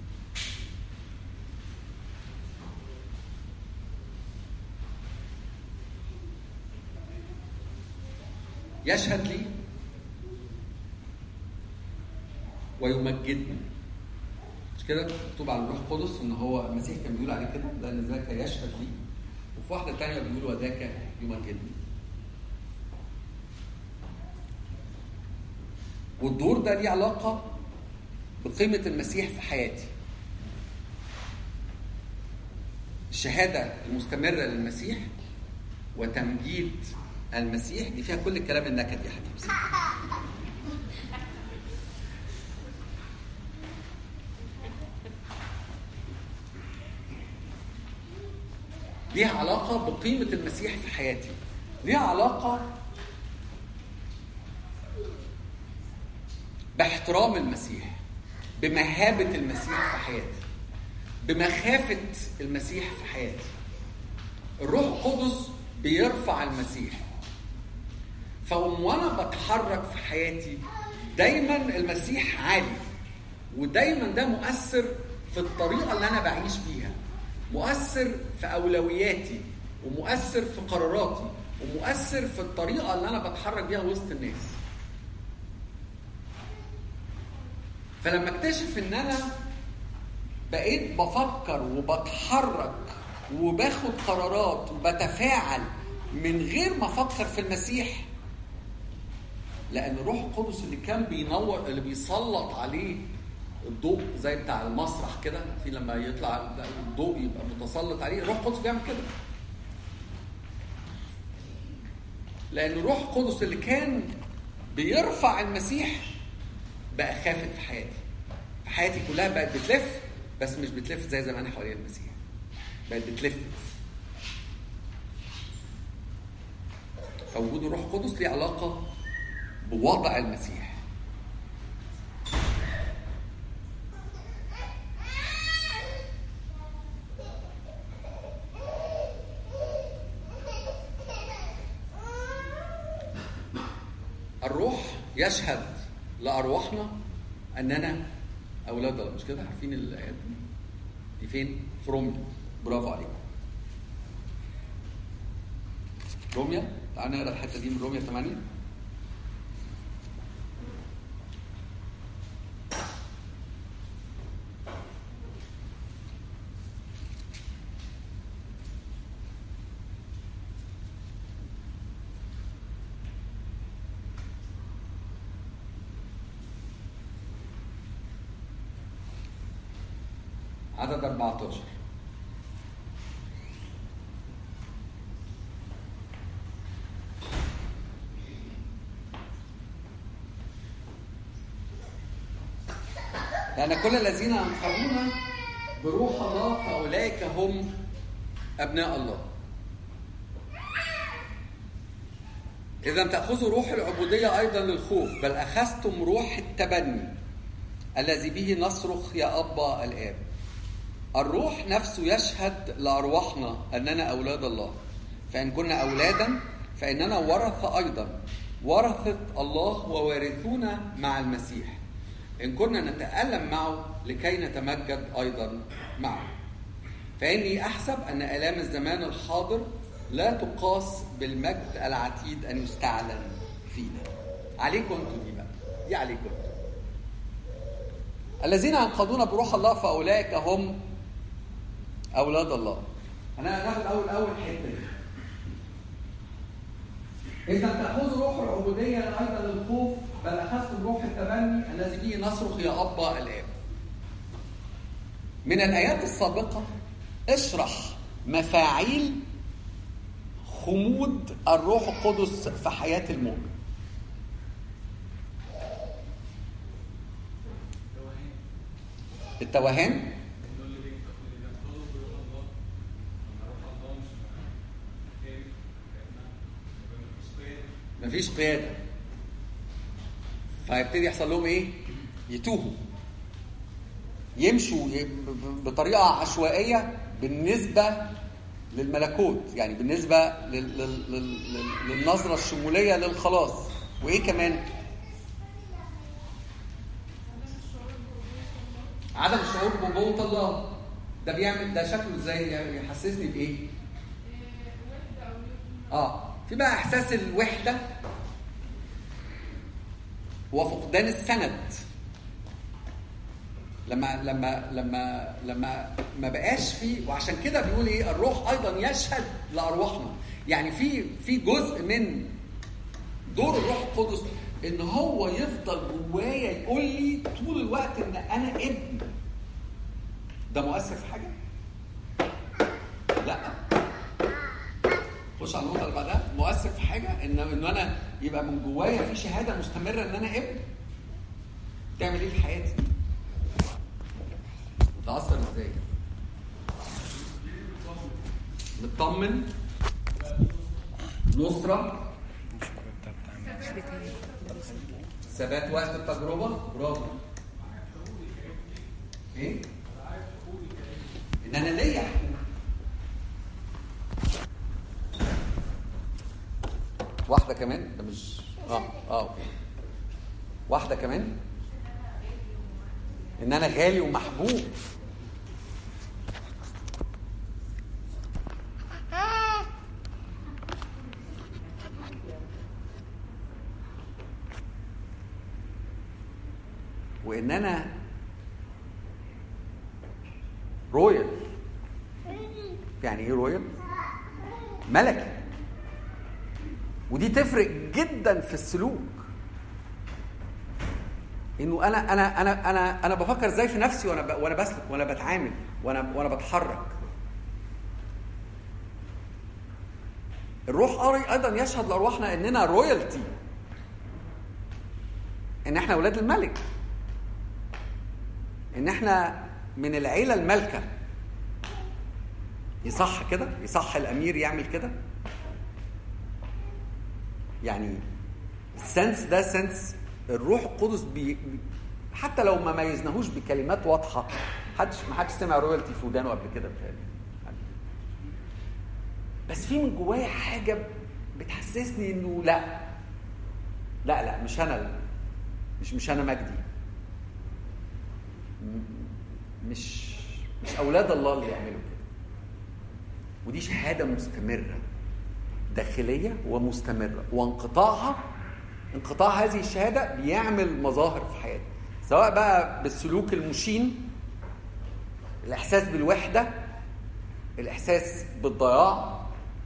[SPEAKER 1] يشهد لي ويمجدني. مش كده مكتوب على الروح القدس ان هو المسيح كان بيقول عليه كده، لان ذاك يشهد لي. وفي واحده ثانيه بيقول وذاك يمجدني. والدور ده ليه علاقه بقيمة المسيح في حياتي. الشهادة المستمرة للمسيح وتمجيد المسيح، دي فيها كل الكلام النكد يا حبيبي. ليها علاقة بقيمة المسيح في حياتي، ليها علاقة باحترام المسيح، بمهابة المسيح في حياتي، بمخافة المسيح في حياتي. الروح القدس بيرفع المسيح، فأم وأنا بتحرك في حياتي دايما المسيح عالي، ودايما ده مؤثر في الطريقة اللي أنا بعيش بيها، مؤثر في أولوياتي، ومؤثر في قراراتي، ومؤثر في الطريقة اللي أنا بتحرك بيها وسط الناس. فلما اكتشف ان انا بقيت بفكر وبتحرك وباخد قرارات وبتفاعل من غير ما افكر في المسيح، لان الروح القدس اللي كان بينور، اللي بيسلط عليه الضوء زي بتاع المسرح كده، في لما يطلع الضوء يبقى متسلط عليه، الروح القدس بيعمل كده. لان الروح القدس اللي كان بيرفع المسيح بقى خافت في حياتي، في حياتي كلها بقت بتلف، بس مش بتلف زي زمان حوالين المسيح، بقت بتلف. فوجود الروح القدس ليه علاقة بوضع المسيح. الروح يشهد لأرواحنا أننا أولاد الله، مش كده؟ عارفين الآيات دي؟ دي فين؟ في روميا. برافو عليكم. روميا، تعالوا نقرا الحتة دي من روميا ثمانية. عدد أربعة عشر. لأن كل الذين أنقذونا بروح الله فأولئك هم أبناء الله. إذا تأخذوا روح العبودية أيضا للخوف، بل أخذتم روح التبني الذي به نصرخ يا أبا الآب. الروح نفسه يشهد لأرواحنا أننا أولاد الله، فإن كنا أولادا فإننا ورثة أيضا، ورثة الله ووارثون مع المسيح، إن كنا نتألم معه لكي نتمجد أيضا معه. فإني أحسب أن آلام الزمان الحاضر لا تقاس بالمجد العتيد أن يستعلن فينا. عليكم أنتم دي بقى، دي عليكم أنتم. الذين أنقذونا بروح الله فأولئك هم أولاد الله. أنا هناخد أول أول حتة. إذا تأخذوا روح العبودية أيضا للخوف، بل أخذتم روح التبني الذي به نصرخ يا أبا الآب. من الآيات السابقة اشرح مفاعيل خمود الروح القدس في حياة المؤمن. التوهان، مفيش قيادة، فيبتدي يحصل لهم ايه؟ يتوهوا، يمشوا بطريقة عشوائية بالنسبة للملكوت، يعني بالنسبة للنظرة الشمولية للخلاص. وايه كمان؟ عدم الشعور بقوة الله. ده بيعمل ده شكله ازاي؟ يعني يحسسني بايه؟ اه في بقى احساس الوحدة وفقدان السند. لما لما لما لما ما بقاش فيه، وعشان كده بيقول ايه؟ الروح ايضا يشهد لارواحنا. يعني في في جزء من دور الروح القدس ان هو يفضل جوايا يقول لي طول الوقت ان انا ابن. ده مؤثر في حاجه؟ لا. خش على النقطه اللي بعدها. مؤثر في حاجه ان ان انا يبقى من جوايا في شهاده مستمره ان انا ابن. تعمل ايه في حياتي؟ تأثر ازاي؟ مطمن، نصرة، ثبات وقت التجربة. برافو. ايه؟ ان انا ليا حقوق. واحدة كمان. ده مش اه اه اوكي. واحدة كمان. ان انا غالي ومحبوب. وان انا رويال. يعني ايه رويال؟ ملكي. ودي تفرق جدا في السلوك. انه انا انا انا انا انا بفكر ازاي في نفسي وانا وانا بسلك وانا بتعامل وانا وانا بتحرك. الروح ايضا يشهد لارواحنا اننا رويالتي، ان احنا اولاد الملك، ان احنا من العيله المالكه. يصح كده؟ يصح الامير يعمل كده؟ يعني السنس ده سنس الروح القدس بي حتى لو ما ميزناهوش بكلمات واضحه. حدش ما حدش سمع رويالتي في ودانه قبل كده بتهيألي، بس في من جوايا حاجه بتحسسني انه لا لا لا مش انا مش مش انا مجدي، مش مش اولاد الله اللي يعملوا كده. ودي شهاده مستمره داخليه ومستمره، وانقطاعها انقطاع هذه الشهاده بيعمل مظاهر في حياتي، سواء بقى بالسلوك المشين، الاحساس بالوحده، الاحساس بالضياع،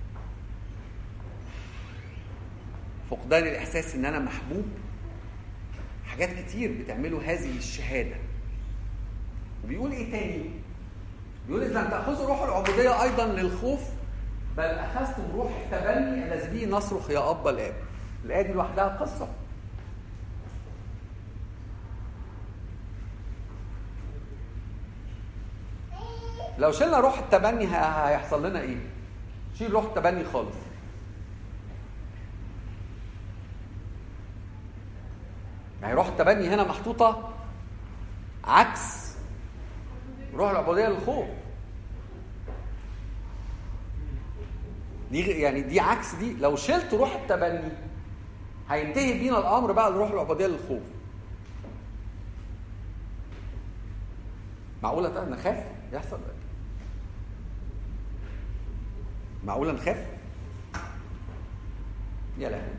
[SPEAKER 1] فقدان الاحساس ان انا محبوب. حاجات كتير بتعملوا هذه الشهاده. وبيقول ايه تاني؟ بيقول اذا لم تاخذوا روح العبوديه ايضا للخوف بل اخذتم روح التبني الذي به نصرخ يا ابا الاب. الايه دي لوحدها قصه. لو شلنا روح التبني هيحصل لنا ايه؟ شيل روح التبني خالص. يعني روح التبني هنا محطوطه عكس روح العبوديه للخوف. دي يعني دي عكس دي. لو شلت روح التبني هينتهي بينا الامر بقى لروح العبوديه للخوف. معقوله نخاف يحصل؟ معقوله نخاف؟ يا لهوي.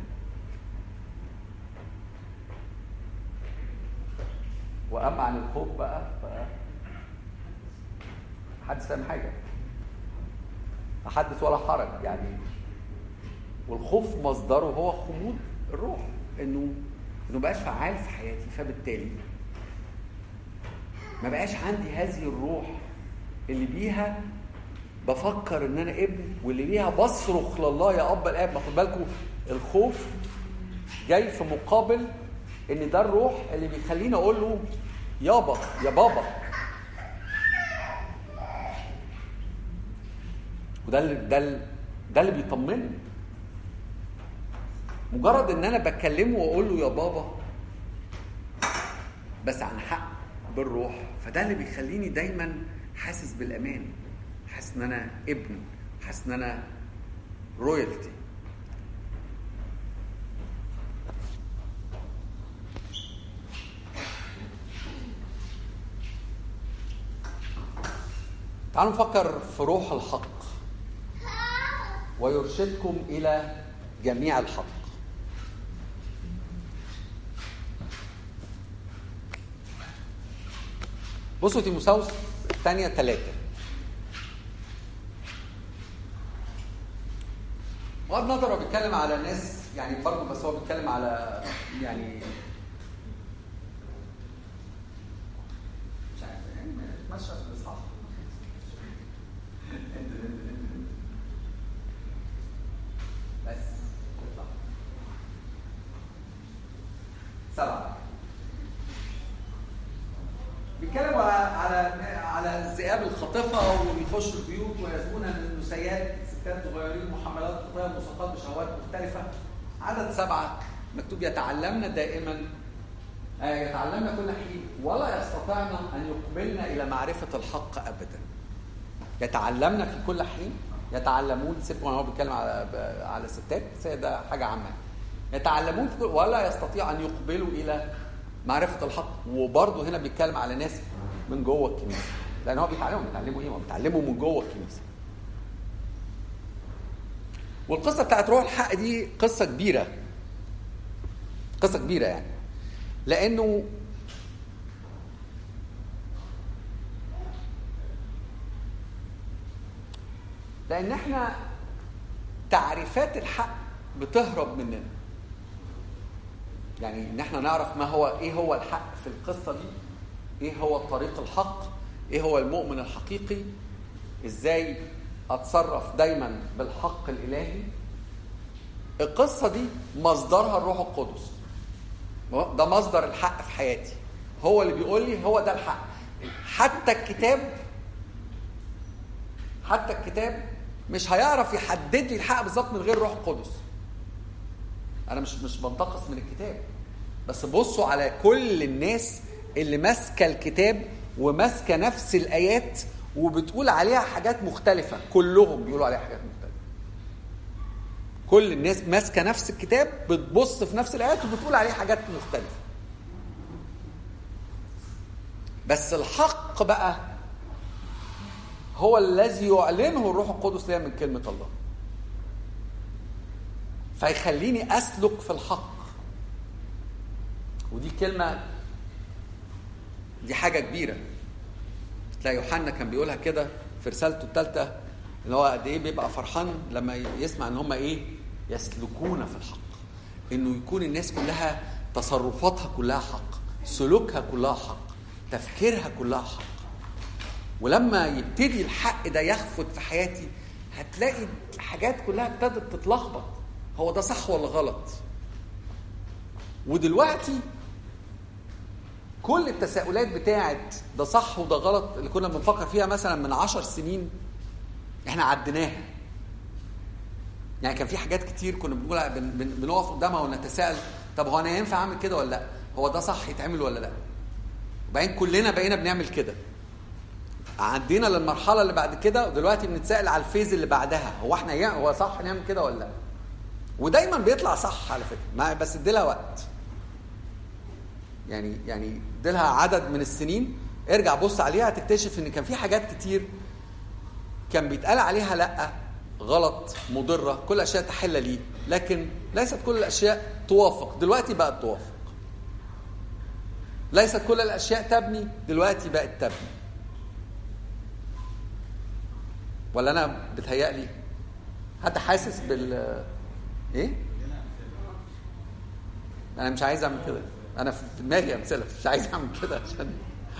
[SPEAKER 1] واما عن الخوف بقى ف محدش فاهم حاجه، حدث ولا حرج يعني. والخوف مصدره هو خمود الروح، انه انه بقاش فعال في حياتي، فبالتالي ما بقاش عندي هذه الروح اللي بيها بفكر ان انا ابن، واللي بيها بصرخ لله يا اب الاب. ما خد بالكم الخوف جاي في مقابل ان ده الروح اللي بيخليني اقول له يابا يا بابا. وده اللي ده اللي ده اللي بيطمني. مجرد ان انا بكلمه واقول له يا بابا بس عن حق بالروح، فده اللي بيخليني دايما حاسس بالامان، حاسس ان انا ابن، حاسس ان انا رويالتي. تعالوا نفكر في روح الحق ويرشدكم الى جميع الحق. بصوا تيموثاوس الثانية ثلاثة. بغض النظر هو بيتكلم على ناس يعني برضه، بس هو بيتكلم على يعني مش عارف يعني ماشي في الاصحاح بس اطلع سبعة. بيتكلموا على على الذئاب الخاطفه وبيخشوا البيوت ويزنون النسيات، ستات صغيرين محملات خطايا مساقات بشهوات مختلفه. عدد سبعه مكتوب يتعلمن دائما يتعلمن كل حين ولا يستطعن ان يقبلن الى معرفه الحق ابدا. يتعلمن في كل حين، يتعلمون سيبوا هو بيتكلم على على ستات، ده حاجه عامه. يتعلمون في كل ولا يستطيع ان يقبلوا الى معرفة الحق. وبرضه هنا بيتكلم على ناس من جوه الكنيسة، لأن هو بيتعلموا بيتعلموا إيه؟ بيتعلموا من جوه الكنيسة. والقصة بتاعت روح الحق دي قصة كبيرة، قصة كبيرة يعني، لأنه لأن احنا تعريفات الحق بتهرب مننا. يعني ان احنا نعرف ما هو ايه هو الحق في القصه دي، ايه هو الطريق الحق، ايه هو المؤمن الحقيقي، ازاي اتصرف دايما بالحق الالهي. القصه دي مصدرها الروح القدس، ده مصدر الحق في حياتي، هو اللي بيقول لي هو ده الحق. حتى الكتاب حتى الكتاب مش هيعرف يحدد لي الحق بالظبط من غير الروح القدس. انا مش مش بنتقص من الكتاب، بس بصوا على كل الناس اللي ماسكه الكتاب وماسكه نفس الايات وبتقول عليها حاجات مختلفه، كلهم بيقولوا عليها حاجات مختلفه. كل الناس ماسكه نفس الكتاب بتبص في نفس الايات وبتقول عليها حاجات مختلفه. بس الحق بقى هو الذي يعلنه الروح القدس لي من كلمه الله، فيخليني أسلك في الحق. ودي كلمة، دي حاجة كبيرة. تلاقي يوحنا كان بيقولها كده في رسالته الثالثة، اللي هو قد إيه بيبقى فرحان لما يسمع إن هم إيه يسلكون في الحق، إنه يكون الناس كلها تصرفاتها كلها حق، سلوكها كلها حق، تفكيرها كلها حق. ولما يبتدي الحق ده يخفت في حياتي هتلاقي حاجات كلها ابتدت تتلخبط، هو ده صح ولا غلط. ودلوقتي كل التساؤلات بتاعت ده صح وده غلط اللي كنا بنفكر فيها مثلا من عشر سنين احنا عديناها. يعني كان في حاجات كتير كنا بنقول بن بن بنقف قدامها ونتساءل، طب هو انا ينفع اعمل كده ولا لا؟ هو ده صح يتعمل ولا لا؟ وبعدين كلنا بقينا بنعمل كده. عدينا للمرحله اللي بعد كده ودلوقتي بنتساءل على الفيز اللي بعدها، هو احنا يعني هو صح نعمل كده ولا لا؟ ودايما بيطلع صح على فكره، ما بس اديلها وقت. يعني يعني اديلها عدد من السنين، ارجع بص عليها تكتشف ان كان في حاجات كتير كان بيتقال عليها لا، غلط، مضره، كل اشياء تحل ليه، لكن ليست كل الاشياء توافق. دلوقتي بقت توافق. ليست كل الاشياء تبني، دلوقتي بقت تبني. ولا انا بتهيألي حد حاسس بال ايه؟ انا مش عايز اعمل كده، انا في دماغي امثله مش عايز اعمل كده عشان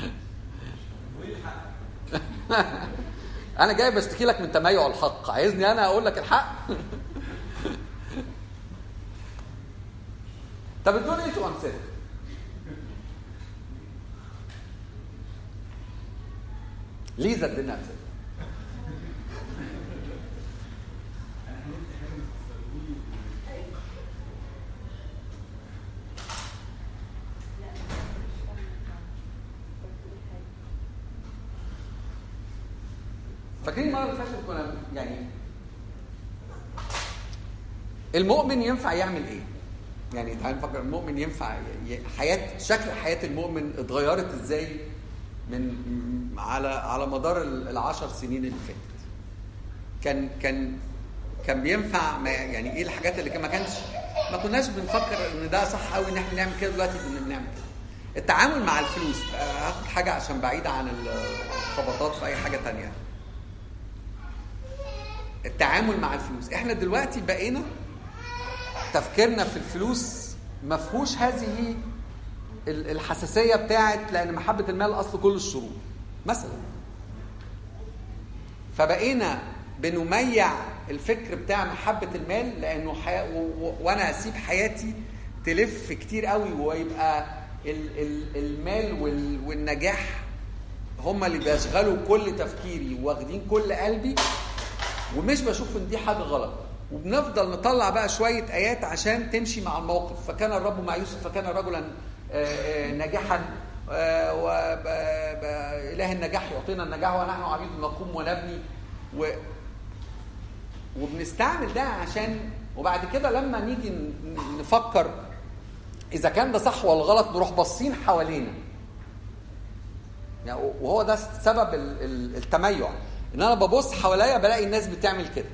[SPEAKER 1] انا جاي بشتكي لك من تميع الحق، عايزني انا اقول لك الحق؟ طب ادوني انتوا امثله. ليه ادينا امثله؟ فاكرين المره اللي فاتت كنا يعني المؤمن ينفع يعمل ايه؟ يعني تعالوا نفكر المؤمن ينفع حياه شكل حياه المؤمن اتغيرت ازاي من على على مدار العشر سنين اللي فاتت. كان كان كان بينفع يعني ايه الحاجات اللي ما كانش ما كناش بنفكر ان ده صح قوي ان احنا نعمل كده، دلوقتي بنعمل كده. التعامل مع الفلوس، هاخد حاجه عشان بعيده عن الخبطات في اي حاجه تانية. التعامل مع الفلوس. احنا دلوقتي بقينا تفكيرنا في الفلوس ما فيهوش هذه الحساسيه بتاعت لان محبه المال اصل كل الشرور مثلا. فبقينا بنميع الفكر بتاع محبه المال لانه حي... و... و... وانا اسيب حياتي تلف كتير قوي ويبقى ال... ال... المال وال... والنجاح هما اللي بيشغلوا كل تفكيري واخدين كل قلبي، ومش بشوف ان دي حاجه غلط. وبنفضل نطلع بقى شويه ايات عشان تمشي مع الموقف. فكان الرب مع يوسف فكان رجلا ناجحا واله النجاح يعطينا النجاح ونحن عبيد نقوم ونبني و... وبنستعمل ده عشان وبعد كده لما نيجي نفكر اذا كان ده صح ولا غلط نروح باصين حوالينا. يعني وهو ده سبب التميع، ان انا ببص حواليا بلاقي الناس بتعمل كده.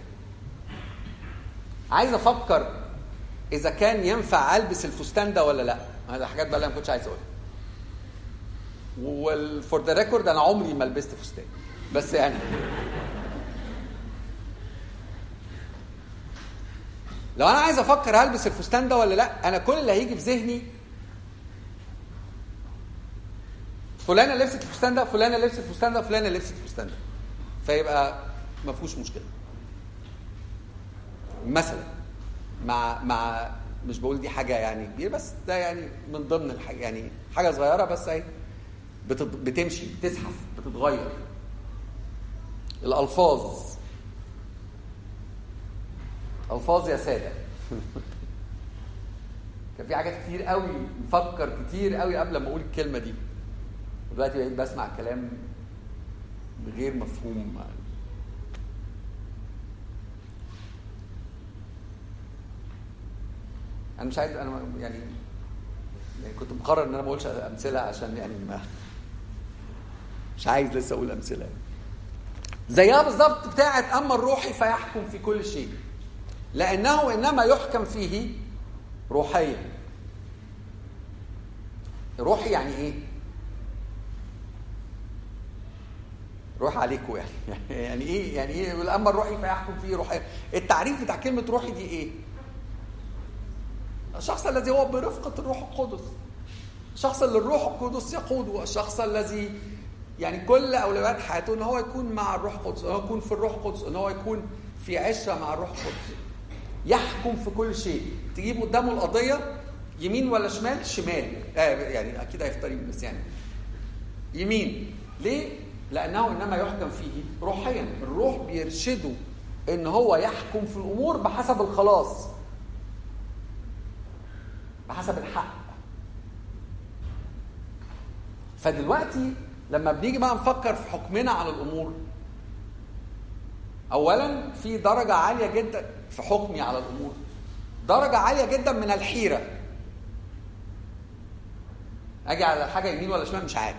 [SPEAKER 1] عايز افكر اذا كان ينفع البس الفستان ده ولا لا. هذا حاجات بقى اللي انا ما كنتش عايز اقولها. والفور ذا ريكورد انا عمري ما لبست فستان، بس يعني لو انا عايز افكر هلبس الفستان ده ولا لا، انا كل اللي هيجي في ذهني فلانه لبست الفستان ده، فلانه لبست الفستان ده، فلانه لبست الفستان ده، فيبقى ما فيهوش مشكله. مثلا مع مع مش بقول دي حاجه يعني كبيره، بس ده يعني من ضمن الحاجه، يعني حاجه صغيره بس اهي بتمشي بتزحف بتتغير. الالفاظ الفاظ يا ساده كان في حاجات كتير قوي نفكر كتير قوي قبل ما اقول الكلمه دي، دلوقتي بقيت بسمع كلام غير مفهوم. انا مش عايز انا يعني يعني كنت مقرر ان انا ما اقولش امثله عشان يعني ما مش عايز لسه اقول امثله. زيها بالظبط بتاعت اما الروحي فيحكم في كل شيء لانه انما يحكم فيه روحيا. روحي يعني ايه؟ روح عليكم يعني يعني ايه يعني ايه اما الروحي فيحكم فيه روحيا؟ التعريف بتاع كلمه روحي دي ايه؟ الشخص الذي هو برفقة الروح القدس، الشخص اللي الروح القدس يقوده، الشخص الذي يعني كل أولويات حياته ان هو يكون مع الروح القدس، ان هو يكون في الروح القدس، ان هو يكون في عشرة مع الروح القدس. يحكم في كل شيء. تجيب قدامه القضية يمين ولا شمال؟ شمال. آه يعني أكيد هيختار يمين، بس يعني يمين. ليه؟ لأنه إنما يحكم فيه روحيا. الروح بيرشده ان هو يحكم في الأمور بحسب الخلاص، بحسب الحق. فدلوقتي لما بنيجي بقى نفكر في حكمنا على الامور، اولا في درجه عاليه جدا في حكمي على الامور، درجه عاليه جدا من الحيره. اجي على حاجه يمين ولا شمال مش عارف،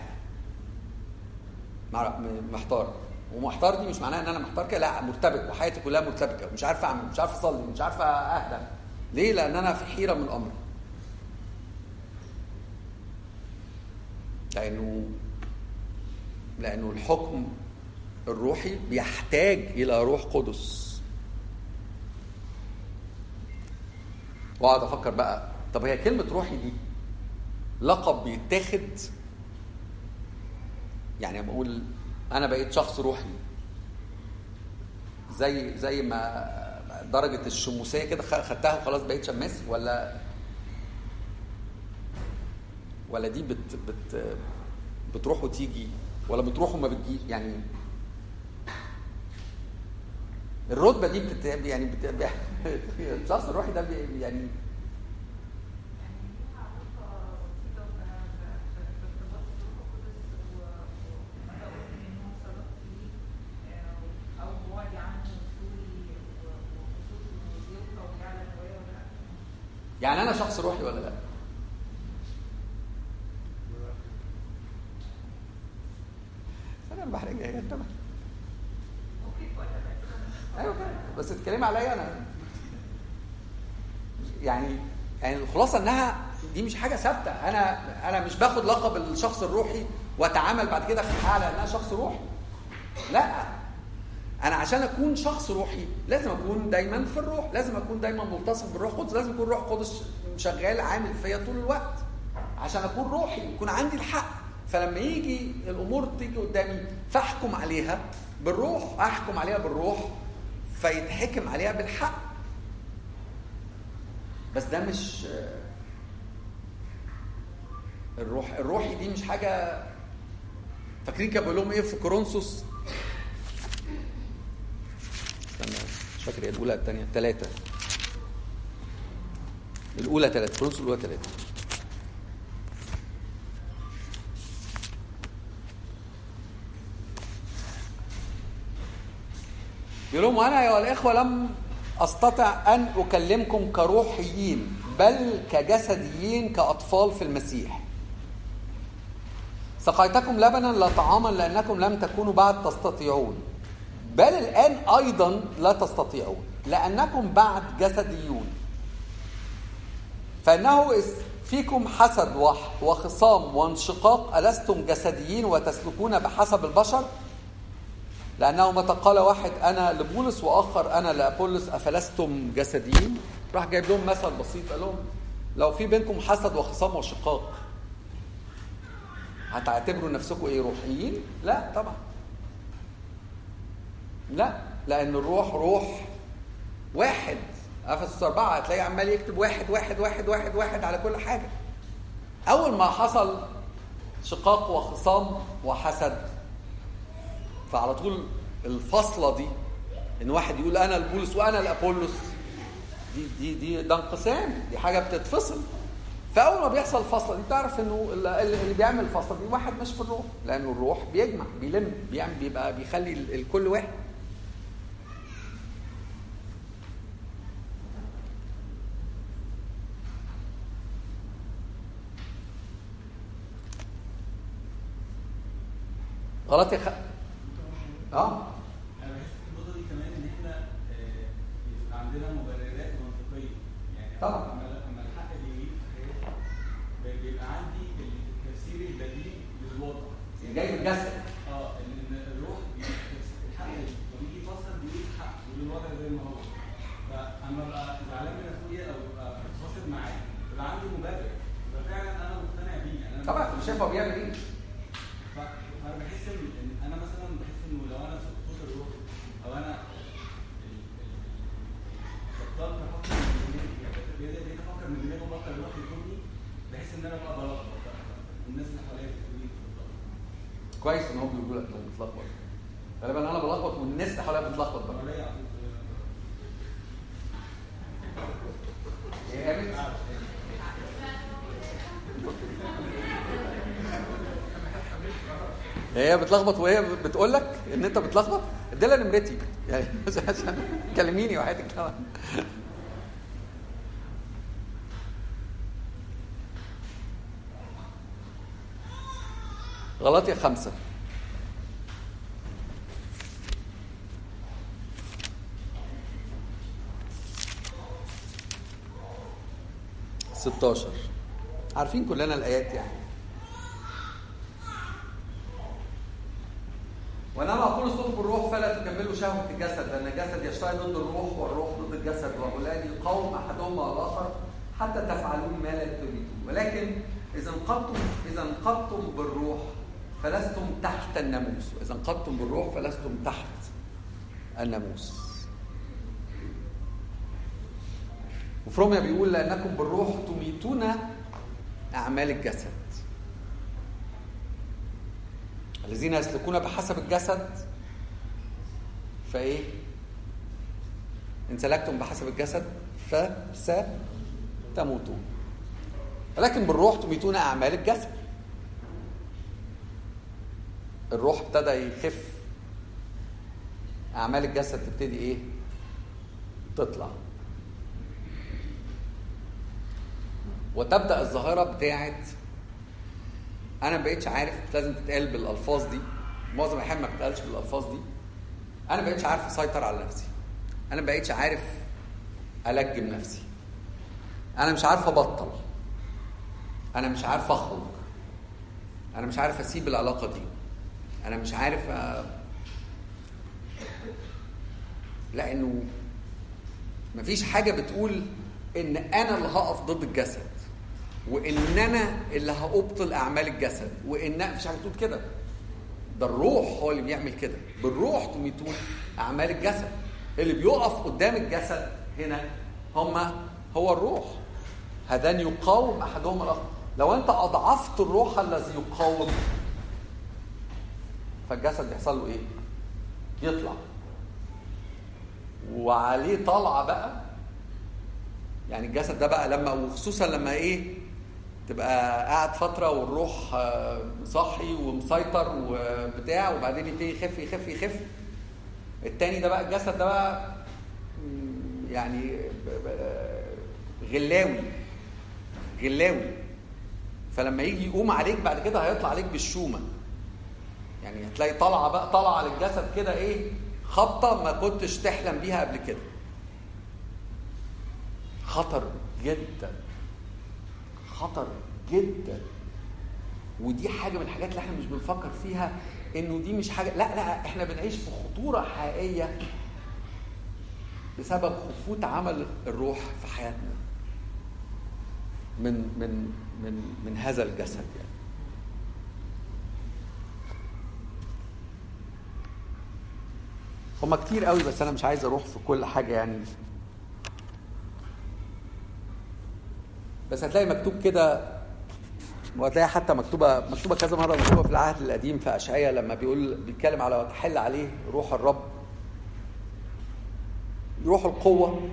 [SPEAKER 1] محتار. ومحتار دي مش معناها ان انا محتار كده، لا، مرتبك وحياتي كلها مرتبكه، مش عارف اعمل، مش عارف اصلي، مش عارف اهدى. ليه؟ لان انا في حيره من الامر. لأنه لأنه الحكم الروحي بيحتاج إلى روح قدس. وأقعد أفكر بقى، طب هي كلمة روحي دي لقب بيتاخد؟ يعني بقول أنا بقيت شخص روحي زي زي ما درجة الشموسية كده خدتها وخلاص بقيت شماس، ولا ولا دي بت بت بتروح وتيجي، ولا بتروح وما بتجي؟ يعني الرتبه دي بتت يعني بت... الشخص الروحي ده بي... يعني يعني انا شخص روحي ولا لا؟ انا بحرجها هي انت ايوه كده، بس تتكلمي عليا انا. يعني يعني الخلاصه انها دي مش حاجه ثابته. انا انا مش باخد لقب الشخص الروحي واتعامل بعد كده على انها شخص روحي. لا، انا عشان اكون شخص روحي لازم اكون دايما في الروح، لازم اكون دايما ملتصق بالروح القدس، لازم يكون الروح القدس شغال عامل فيا طول الوقت عشان اكون روحي، يكون عندي الحق. فلما يجي الامور تيجي قدامي فاحكم عليها بالروح، احكم عليها بالروح فيتحكم عليها بالحق. بس ده مش الروح الروحي، دي مش حاجه. فاكرين كان بيقول لهم ايه في كورنثوس؟ استنى مش فاكر ايه الاولى الثانيه الثلاثه الاولى ثلاثه كورنثوس الاولى ثلاثه بيقول لهم وانا ايها الاخوه لم استطع ان اكلمكم كروحيين بل كجسديين كاطفال في المسيح. سقيتكم لبنا لا طعاما لانكم لم تكونوا بعد تستطيعون، بل الان ايضا لا تستطيعون لانكم بعد جسديون. فانه اذ فيكم حسد وخصام وانشقاق ألستم جسديين وتسلكون بحسب البشر؟ لأنه متى قال واحد أنا لبولس وآخر أنا لأبولس أفلستم جسديين؟ راح جايب لهم مثل بسيط، قال لهم لو في بينكم حسد وخصام وشقاق هتعتبروا نفسكم إيه، روحيين؟ لا طبعا، لا، لأن الروح روح واحد. أفسس أربعة هتلاقي عمال يكتب واحد واحد واحد واحد واحد على كل حاجة. أول ما حصل شقاق وخصام وحسد فعلى طول الفصلة دي ان واحد يقول انا لبولس وانا لأبولس، دي دي دي ده انقسام، دي حاجة بتتفصل. فاول ما بيحصل الفصلة دي تعرف انه اللي بيعمل الفصلة دي واحد مش في الروح، لانه الروح بيجمع بيلم بيعمل بيبقى بيخلي الكل واحد. غلط يا خ... اه
[SPEAKER 2] انا بحس في النقطه دي كمان ان احنا آه عندنا مبررات منطقيه، يعني
[SPEAKER 1] طبعا
[SPEAKER 2] لما الحق بيجي في حياتي بيبقى عندي التفسير البديل للوضع
[SPEAKER 1] جاي من الجسد.
[SPEAKER 2] اه ان الروح الحق لما بيجي يفسر بيقول الحق بيقول الوضع زي ما هو، فاما ابقى زعلان من اخويا او ابقى فاصل معاه يبقى عندي مبرر، يبقى فعلا انا مقتنع بيه. يعني
[SPEAKER 1] طبعا مش شايف هو بيعمل ايه.
[SPEAKER 2] فانا بحس ان انا مثلا بحس انه لو انا صوت الروح او انا بطلت افكر من دماغي افكر من دماغي وبطل الروح يكوني، بحس ان انا بقى بلخبط الناس اللي حواليا بتقولي
[SPEAKER 1] كويس ان هو بيقول لك انك بتلخبط. غالبا انا بلخبط والناس اللي حواليا بتلخبط بقى. هي بتلخبط وهي بتقول لك ان انت بتلخبط. اديلها نمرتي يعني عشان كلميني وحياتك طبعا. غلط يا خمسة ستاشر. عارفين كلنا الآيات يعني. وإنما أقول الصوت بالروح فلا تكملوا شهوة الجسد، لأن الجسد يشتهي ضد الروح والروح ضد الجسد، وأولاد يقاوم أحدهما الآخر حتى تفعلون ما لا تريدون. ولكن إذا انقضتم إذا انقضتم بالروح فلستم تحت الناموس، وإذا انقضتم بالروح فلستم تحت الناموس. وفي روميا بيقول لأنكم بالروح تميتون أعمال الجسد. الذين يسلكون بحسب الجسد فايه؟ ان سلكتم بحسب الجسد فستموتون، ولكن بالروح تميتون اعمال الجسد. الروح ابتدى يخف، اعمال الجسد تبتدي ايه؟ تطلع، وتبدا الظاهره بتاعت انا ما بقيتش عارف. لازم تتقال بالالفاظ دي، معظم الاحيان ما بتتقالش بالالفاظ دي. انا ما بقيتش عارف اسيطر على نفسي، انا ما بقيتش عارف الجم نفسي، انا مش عارف ابطل، انا مش عارف اخرج، انا مش عارف اسيب العلاقه دي، انا مش عارف أ... لانه مفيش حاجه بتقول ان انا اللي هقف ضد الجسد وان انا اللي هابطل اعمال الجسد وان مفيش حاجه بتقول كده. ده الروح هو اللي بيعمل كده، بالروح تميتون اعمال الجسد. اللي بيقف قدام الجسد هنا هما هو الروح. هذان يقاوم احدهم الاخر. لو انت اضعفت الروح الذي يقاوم فالجسد بيحصل له ايه؟ يطلع وعليه طلعه بقى. يعني الجسد ده بقى لما، وخصوصا لما ايه، تبقى قاعد فتره والروح صاحي ومسيطر وبتاع، وبعدين يبتدي يخف يخف يخف. التاني ده بقى الجسد ده بقى يعني غلاوي غلاوي فلما يجي يقوم عليك بعد كده هيطلع عليك بالشومه. يعني هتلاقي طلعه بقى طلعه للجسد كده ايه، خبطه ما كنتش تحلم بيها قبل كده. خطر جدا، خطر جدا. ودي حاجه من الحاجات اللي احنا مش بنفكر فيها، انه دي مش حاجه، لا لا احنا بنعيش في خطوره حقيقيه بسبب خفوت عمل الروح في حياتنا من من من من هذا الجسد. يعني هما كتير قوي بس انا مش عايز اروح في كل حاجه يعني. بس هتلاقي مكتوب كده، وهتلاقي حتى مكتوبه مكتوبه كذا مره، مكتوبه في العهد القديم في اشعياء لما بيقول بيتكلم على وتحل عليه روح الرب، روح القوه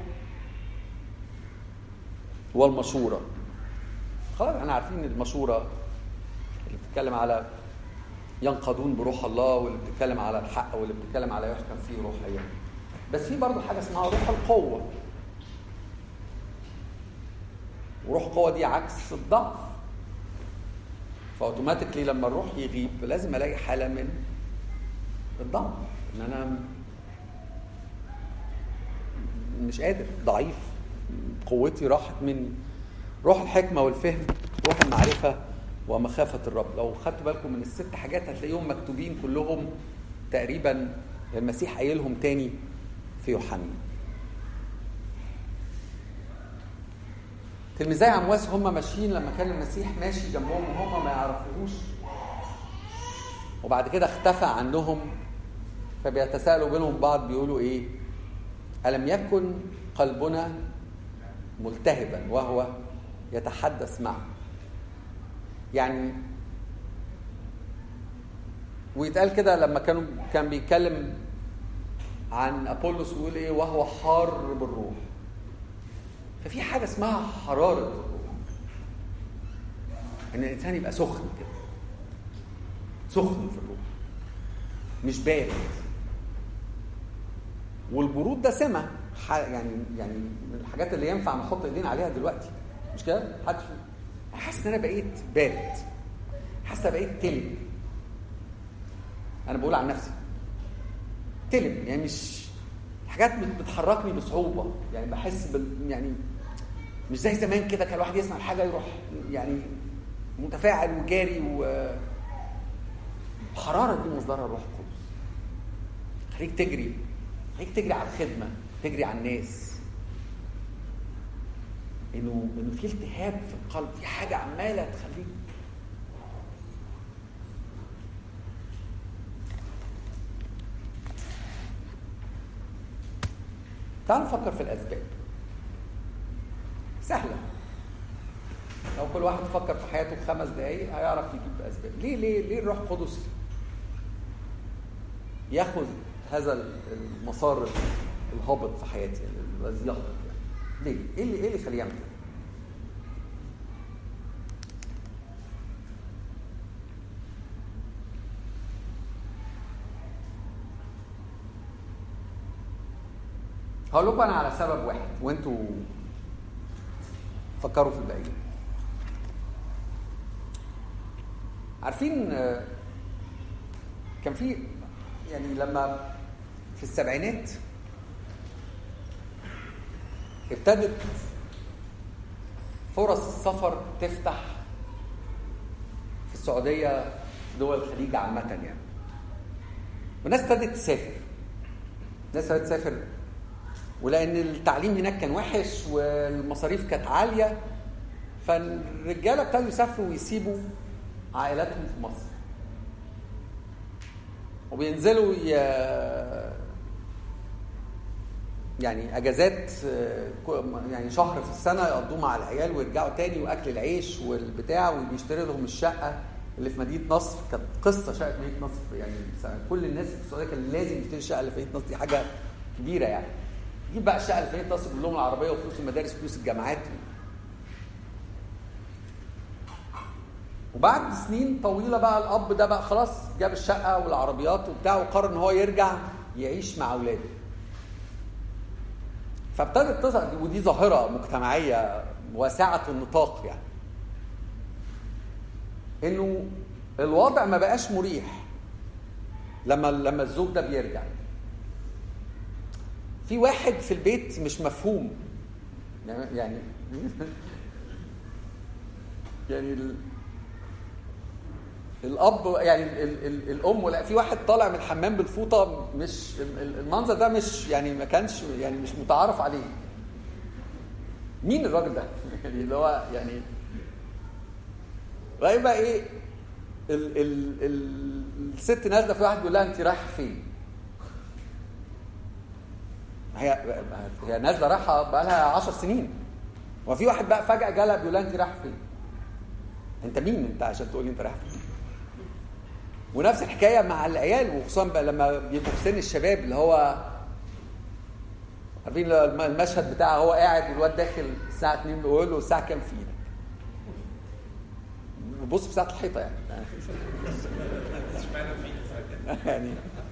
[SPEAKER 1] والمشوره. خلاص احنا عارفين المشوره اللي بتتكلم على ينقضون بروح الله، واللي بتتكلم على الحق، واللي بتتكلم على يحكم فيه روحيا. بس في برضه حاجه اسمها روح القوه، وروح القوه دي عكس الضعف. فاوتوماتيكلي لما الروح يغيب لازم الاقي حاله من الضعف، ان انا مش قادر، ضعيف، قوتي راحت مني. روح الحكمه والفهم، روح المعرفه ومخافه الرب. لو خدتوا بالكم من الست حاجات هتلاقيهم مكتوبين كلهم تقريبا، المسيح قايلهم تاني في يوحنا. تلميذي عمواس هم ماشيين لما كان المسيح ماشي جنبهم وهم ما يعرفوهوش، وبعد كده اختفى عنهم، فبيتساءلوا بينهم بعض بيقولوا ايه؟ ألم يكن قلبنا ملتهبا وهو يتحدث معه؟ يعني ويتقال كده لما كانوا كان بيتكلم عن أبولس ويقول ايه؟ وهو حار بالروح. ففي حاجة اسمها حرارة الروح، ان الانسان يبقى سخن كده، سخن في الروح مش بارد. والبرود ده سمة، يعني يعني من الحاجات اللي ينفع نحط ايدينا عليها دلوقتي، مش كده؟ حد حاسس ان انا بقيت بارد، حاسس ان بقيت تلم. انا بقول عن نفسي تلم، يعني مش حاجات بتحركني بصعوبه، يعني بحس بال يعني مش زي زمان كده كان الواحد يسمع الحاجه يروح يعني متفاعل وجاري. و الحراره دي مصدرها الروح القدس. خليك تجري، خليك تجري على الخدمه، تجري على الناس، انه انه في التهاب في القلب، في حاجه عماله تخليك. تعالوا نفكر في الاسباب. سهله، لو كل واحد فكر في حياته خمس دقايق هيعرف يجيب اسباب. ليه ليه ليه الروح القدس ياخذ هذا المسار الهابط في حياتي الذي يهبط؟ يعني ليه؟ ايه اللي ايه اللي يخليه يعمل كده؟ هقول لكم انا على سبب واحد وانتوا فكروا في الباقي. عارفين كان في يعني لما في السبعينات ابتدت فرص السفر تفتح في السعودية، في دول الخليج عامة يعني، والناس ابتدت تسافر. الناس ابتدت تسافر ولان التعليم هناك كان وحش والمصاريف كانت عاليه، فالرجاله ابتدوا يسافروا ويسيبوا عائلاتهم في مصر، وبينزلوا ي... يعني اجازات يعني شهر في السنه يقضوه مع العيال ويرجعوا تاني، واكل العيش والبتاع، وبيشتري لهم الشقه اللي في مدينه نصر. كانت قصه شقه مدينه نصر، يعني كل الناس في السعوديه كان لازم يشتري الشقه اللي في مدينه نصر، دي حاجه كبيره يعني. يجيب بقى الشقه اللي في مدينه نصر، يقول لهم العربيه وفلوس المدارس وفلوس الجامعات. وبعد سنين طويله بقى الاب ده بقى خلاص جاب الشقه والعربيات وبتاع، وقرر ان هو يرجع يعيش مع اولاده. فابتدت تظهر، ودي ظاهره مجتمعيه واسعه النطاق يعني، انه الوضع ما بقاش مريح لما لما الزوج ده بيرجع. في واحد في البيت مش مفهوم يعني يعني يعني ال... الاب يعني ال... ال... الام، ولا في واحد طالع من الحمام بالفوطه، مش المنظر ده مش يعني ما كانش يعني مش متعارف عليه. مين الراجل ده يعني اللي هو يعني ويبقى ايه ال... ال... ال... الست نازله، في واحد بيقول لها انت رايحه فين؟ هي هي نازله رايحه بقى لها عشر سنين، وفي واحد بقى فجاه جالها بيقول لها انت رايحه فين؟ انت مين انت عشان تقول لي انت رايح فين؟ ونفس الحكايه مع العيال، وخصوصا بقى لما بيبقوا في سن الشباب، اللي هو عارفين المشهد بتاعه، هو قاعد والواد داخل الساعه اتنين بيقول له الساعه كام في ايدك؟ بص في ساعه الحيطه يعني يعني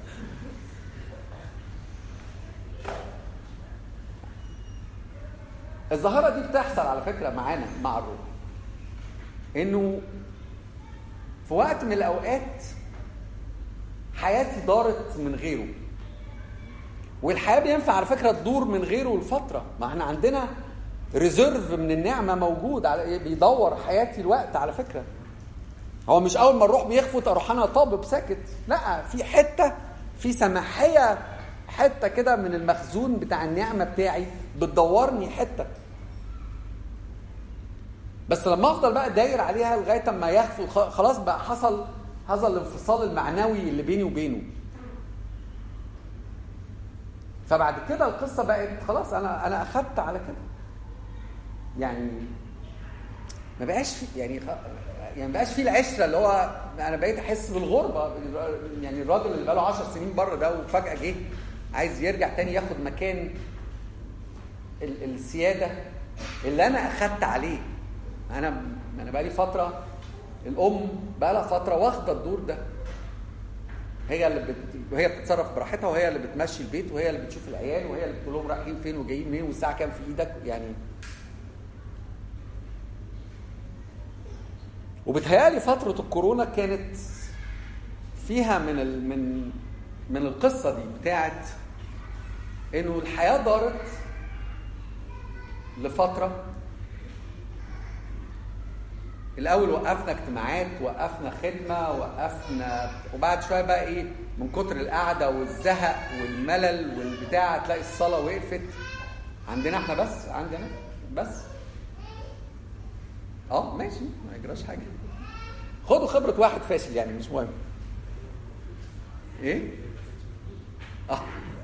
[SPEAKER 1] الظاهره دي بتحصل على فكره معانا مع الروح، انه في وقت من الاوقات حياتي دارت من غيره، والحياه بينفع على فكره تدور من غيره لفتره. ما احنا عندنا ريزيرف من النعمه موجود على بيدور حياتي الوقت على فكره. هو مش اول ما الروح بيخفت اروح انا طابب ساكت، لا، في حته في سماحيه، حته كده من المخزون بتاع النعمه بتاعي بتدورني حته، بس لما افضل بقى داير عليها لغايه اما يخفوا، خلاص بقى حصل هذا الانفصال المعنوي اللي بيني وبينه. فبعد كده القصه بقت خلاص انا انا اخدت على كده، يعني ما بقاش في يعني يعني ما بقاش في العشره اللي هو انا بقيت احس بالغربه. يعني الراجل اللي بقاله عشر سنين بره ده وفجاه جه عايز يرجع تاني ياخد مكان السياده اللي انا اخدت عليه. انا انا بقى لي فتره، الام بقى لها فتره واخده الدور ده، هي اللي بت... وهي بتتصرف براحتها، وهي اللي بتمشي البيت، وهي اللي بتشوف العيال، وهي اللي بتقول لهم رايحين فين وجايين منين والساعه كام في ايدك يعني. وبتهيالي فتره الكورونا كانت فيها من ال... من من القصه دي بتاعت انه الحياه دارت لفتره. الاول وقفنا اجتماعات، وقفنا خدمه، وقفنا، وبعد شويه بقى ايه من كتر القعده والزهق والملل والبتاع تلاقي الصلاه وقفت عندنا احنا بس عندنا بس اه ماشي ما يجراش حاجه، خدوا خبره واحد فاشل يعني مش مهم ايه اه.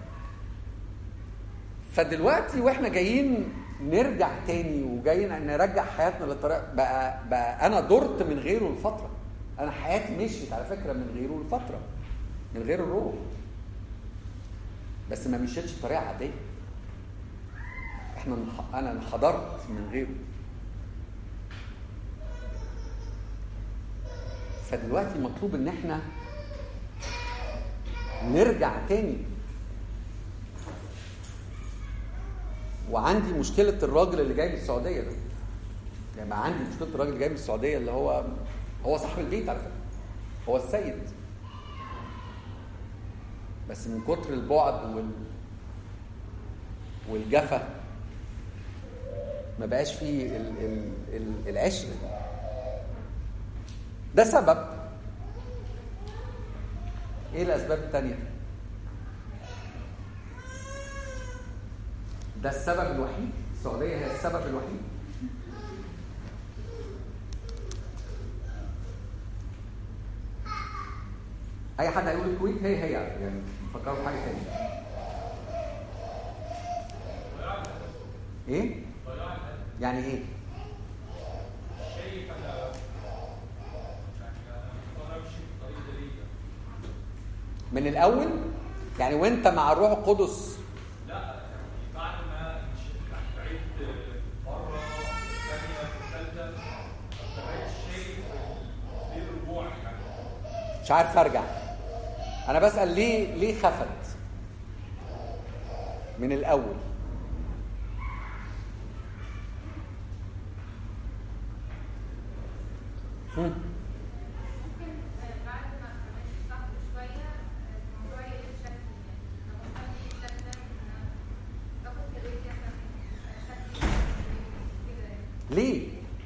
[SPEAKER 1] فدلوقتي واحنا جايين نرجع تاني وجايين نرجع حياتنا للطريق، بقى بقى انا درت من غيره لفتره. انا حياتي مشيت على فكره من غيره لفتره، من غير الروح، بس ما مشيتش بطريقه عاديه. احنا انا انحدرت من غيره. فدلوقتي مطلوب ان احنا نرجع تاني. وعندي مشكله الراجل اللي جاي من السعوديه ده، يعني ما عندي مشكله الراجل اللي جاي من السعوديه اللي هو هو صاحب البيت على فكره، هو السيد، بس من كتر البعد وال والجفا ما بقاش فيه ال... ال... ال... العشره. ده سبب. ايه الاسباب الثانيه؟ ده السبب الوحيد؟ السعوديه هي السبب الوحيد؟ اي حد هيقول الكويت هي هي يعني فكروا في حاجه ثانيه. ايه يعني ايه؟ من الاول يعني وانت مع الروح القدس؟
[SPEAKER 3] لا بعد ما بعيد مره ثانيه ثالثه ما بقتش شايف ليه الرجوع يعني.
[SPEAKER 1] مش عارف ارجع. انا بسال ليه ليه خفت من الاول؟ هم. ليه؟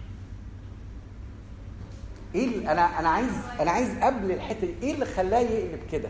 [SPEAKER 1] ايه اللي انا انا عايز انا عايز قبل الحته دي ايه اللي خلاه يقلب كده؟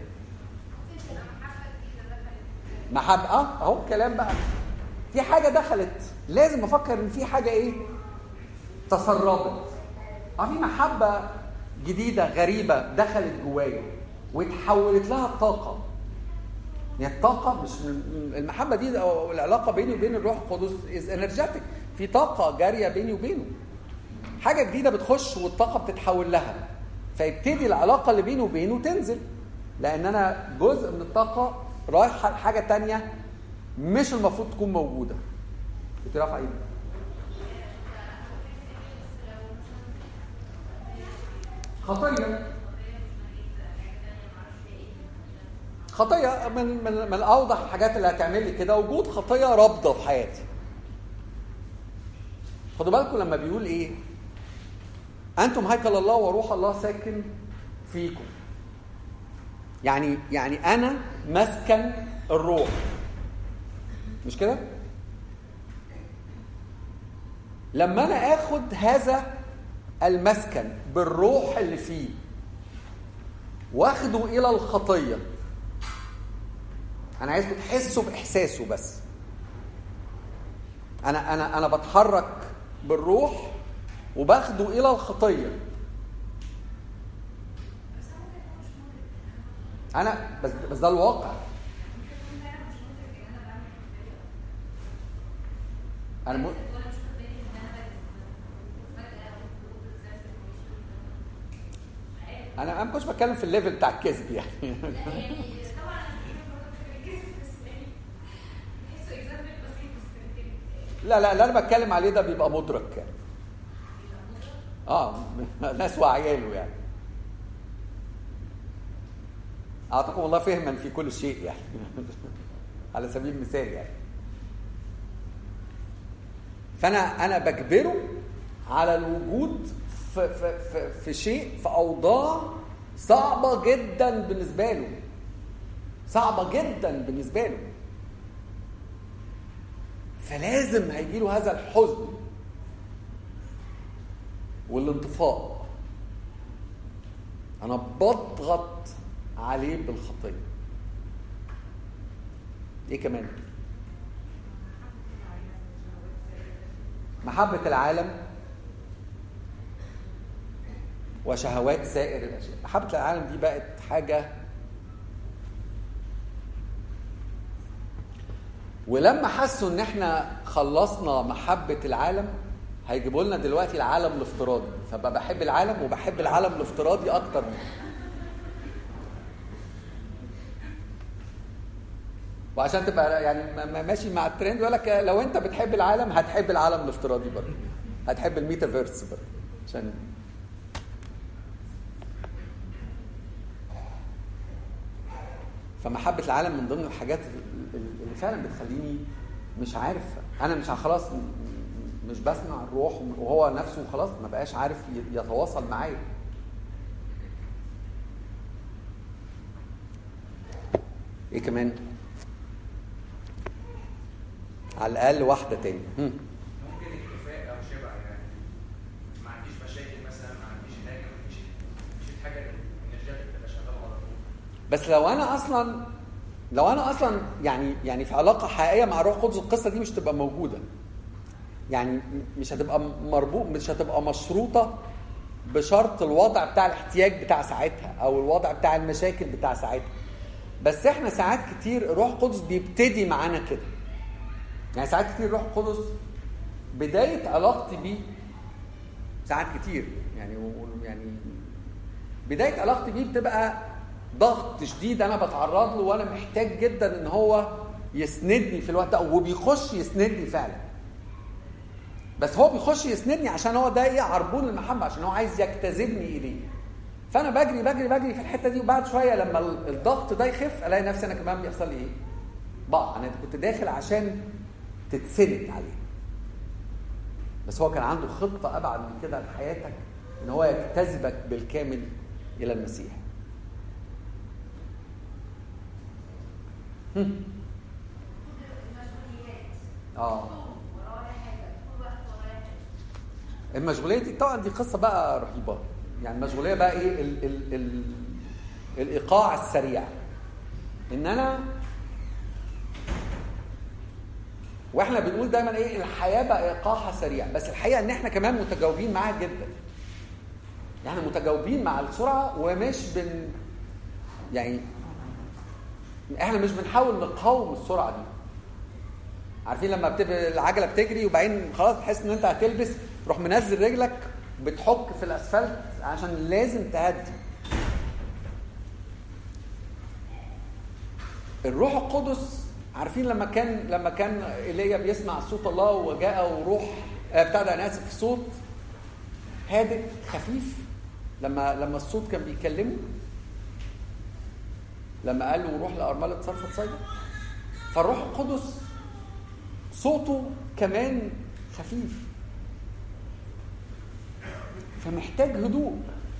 [SPEAKER 1] محبه. اه اهو الكلام بقى. في حاجه دخلت، لازم افكر ان في حاجه ايه؟ تسربت. اه في محبه جديده غريبه دخلت جوايا واتحولت لها الطاقه. يعني الطاقه مش المحبه دي او العلاقه بيني وبين الروح القدس از انرجيتك، في طاقه جاريه بيني وبينه. حاجه جديده بتخش والطاقه بتتحول لها، فيبتدي العلاقه اللي بيني وبينه تنزل، لان انا جزء من الطاقه رايحه لحاجه تانية مش المفروض تكون موجوده. كنت رافع ايدي. خطيه خطيه من من من اوضح الحاجات اللي هتعمل لي كده وجود خطيه رابضه في حياتي. خدوا بالكم لما بيقول ايه؟ انتم هيكل الله وروح الله ساكن فيكم. يعني يعني انا مسكن الروح، مش كده؟ لما انا اخد هذا المسكن بالروح اللي فيه واخده الى الخطيه، انا عايزكم تحسوا باحساسه. بس انا انا انا بتحرك بالروح وباخده الى الخطيه. انا بس بس ده الواقع. انا م... انا ما كنتش بتكلم في الليفل بتاع الكذب يعني. لا لا اللي انا بتكلم عليه ده بيبقى مدرك يعني. اه ناس وعياله يعني. اعطاكم الله فهما في كل شيء يعني. على سبيل المثال يعني. فانا انا بجبره على الوجود في في في, في شيء في اوضاع صعبه جدا بالنسبه له. صعبه جدا بالنسبه له. فلازم هيجي له هذا الحزن والانطفاء. انا بضغط عليه بالخطيه. ايه كمان؟ محبة العالم وشهوات سائر الاشياء. محبة العالم دي بقت حاجة، ولما حسوا ان احنا خلصنا محبة العالم هيجيبوا لنا دلوقتي العالم الافتراضي، فبقى بحب العالم وبحب العالم الافتراضي اكتر منه. وعشان تبقى يعني ماشي مع الترند يقول لك لو انت بتحب العالم هتحب العالم الافتراضي برضه، هتحب الميتافيرس برضه. عشان فمحبة العالم من ضمن الحاجات اللي فعلا بتخليني مش عارف، انا مش خلاص مش بسمع الروح وهو نفسه خلاص ما بقاش عارف يتواصل معايا. ايه كمان؟ على الاقل واحده تاني. هم.
[SPEAKER 3] ممكن اكتفاء او شبع، يعني ما عنديش مشاكل مثلا، ما عنديش حاجه، ما فيش مفيش حاجه انرجيتك تبقى شغاله على طول.
[SPEAKER 1] بس لو انا اصلا لو انا اصلا يعني يعني في علاقه حقيقيه مع الروح القدس القصه دي مش تبقى موجوده. يعني مش هتبقى مربوط، مش هتبقى مشروطه بشرط الوضع بتاع الاحتياج بتاع ساعتها او الوضع بتاع المشاكل بتاع ساعتها. بس احنا ساعات كتير الروح القدس بيبتدي معانا كده. يعني ساعات كتير الروح القدس بدايه علاقتي بيه ساعات كتير يعني يعني بدايه علاقتي بيه بتبقى ضغط شديد انا بتعرض له وانا محتاج جدا ان هو يسندني في الوقت ده، وبيخش يسندني فعلا. بس هو بيخش يسندني عشان هو ده ايه؟ عربون المحبه، عشان هو عايز يجتذبني اليه. فانا بجري بجري بجري في الحته دي، وبعد شويه لما الضغط ده يخف الاقي نفسي انا كمان بيحصل لي ايه؟ بقى انا كنت داخل عشان تتسند عليه. بس هو كان عنده خطه ابعد من كده لحياتك، ان هو يجتذبك بالكامل الى المسيح. هم. اه المشغوليه دي طبعا دي قصه بقى رهيبه. يعني المشغوليه بقى ايه؟ ال ال ال الايقاع السريع، ان انا واحنا بنقول دايما ايه؟ الحياه بقى ايقاعها سريع، بس الحقيقه ان احنا كمان متجاوبين معاها جدا. يعني متجاوبين مع السرعه ومش بن يعني احنا مش بنحاول نقاوم السرعه دي. عارفين لما بتبقى العجله بتجري وبعدين خلاص تحس ان انت هتلبس، تروح منزل رجلك بتحك في الاسفلت عشان لازم تهدي. الروح القدس عارفين لما كان لما كان ايليا بيسمع صوت الله وجاء وروح بتاع ده انا اسف صوت هادئ خفيف، لما لما الصوت كان بيكلمه، لما قال له روح لأرملة صرفة صيدا. فالروح القدس صوته كمان خفيف، فمحتاج هدوء.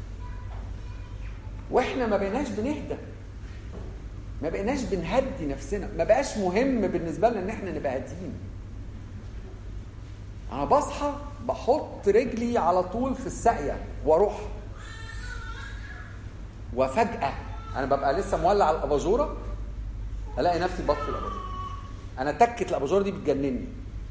[SPEAKER 1] واحنا ما بقيناش بنهدى، ما بقيناش بنهدي نفسنا، ما بقاش مهم بالنسبه لنا ان احنا نبقى هاديين. انا بصحى بحط رجلي على طول في الساقيه واروح، وفجاه انا ببقى لسه مولع الاباجوره الاقي نفسي بطفي الاباجوره. انا تكه الاباجوره دي بتجنني.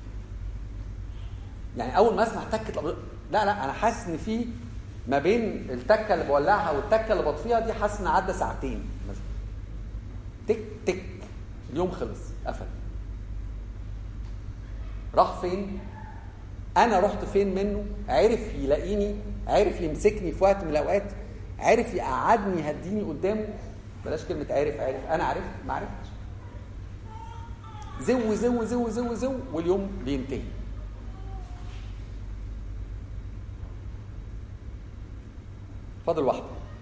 [SPEAKER 1] يعني اول ما اسمع تكه الاباجوره، لا لا انا حاسس ان في ما بين التكه اللي بولعها والتكه اللي بطفيها دي حاسس ان عدى ساعتين مثلا. تك تك اليوم خلص قفل. راح فين؟ انا رحت فين منه؟ عرف يلاقيني، عرف يمسكني في وقت من الاوقات، عرف يقعدني يهديني قدامه. بلاش كلمه عرف عرف انا عرفت ما عرفتش. زو زو زو زو زو واليوم بينتهي. فاضل واحده.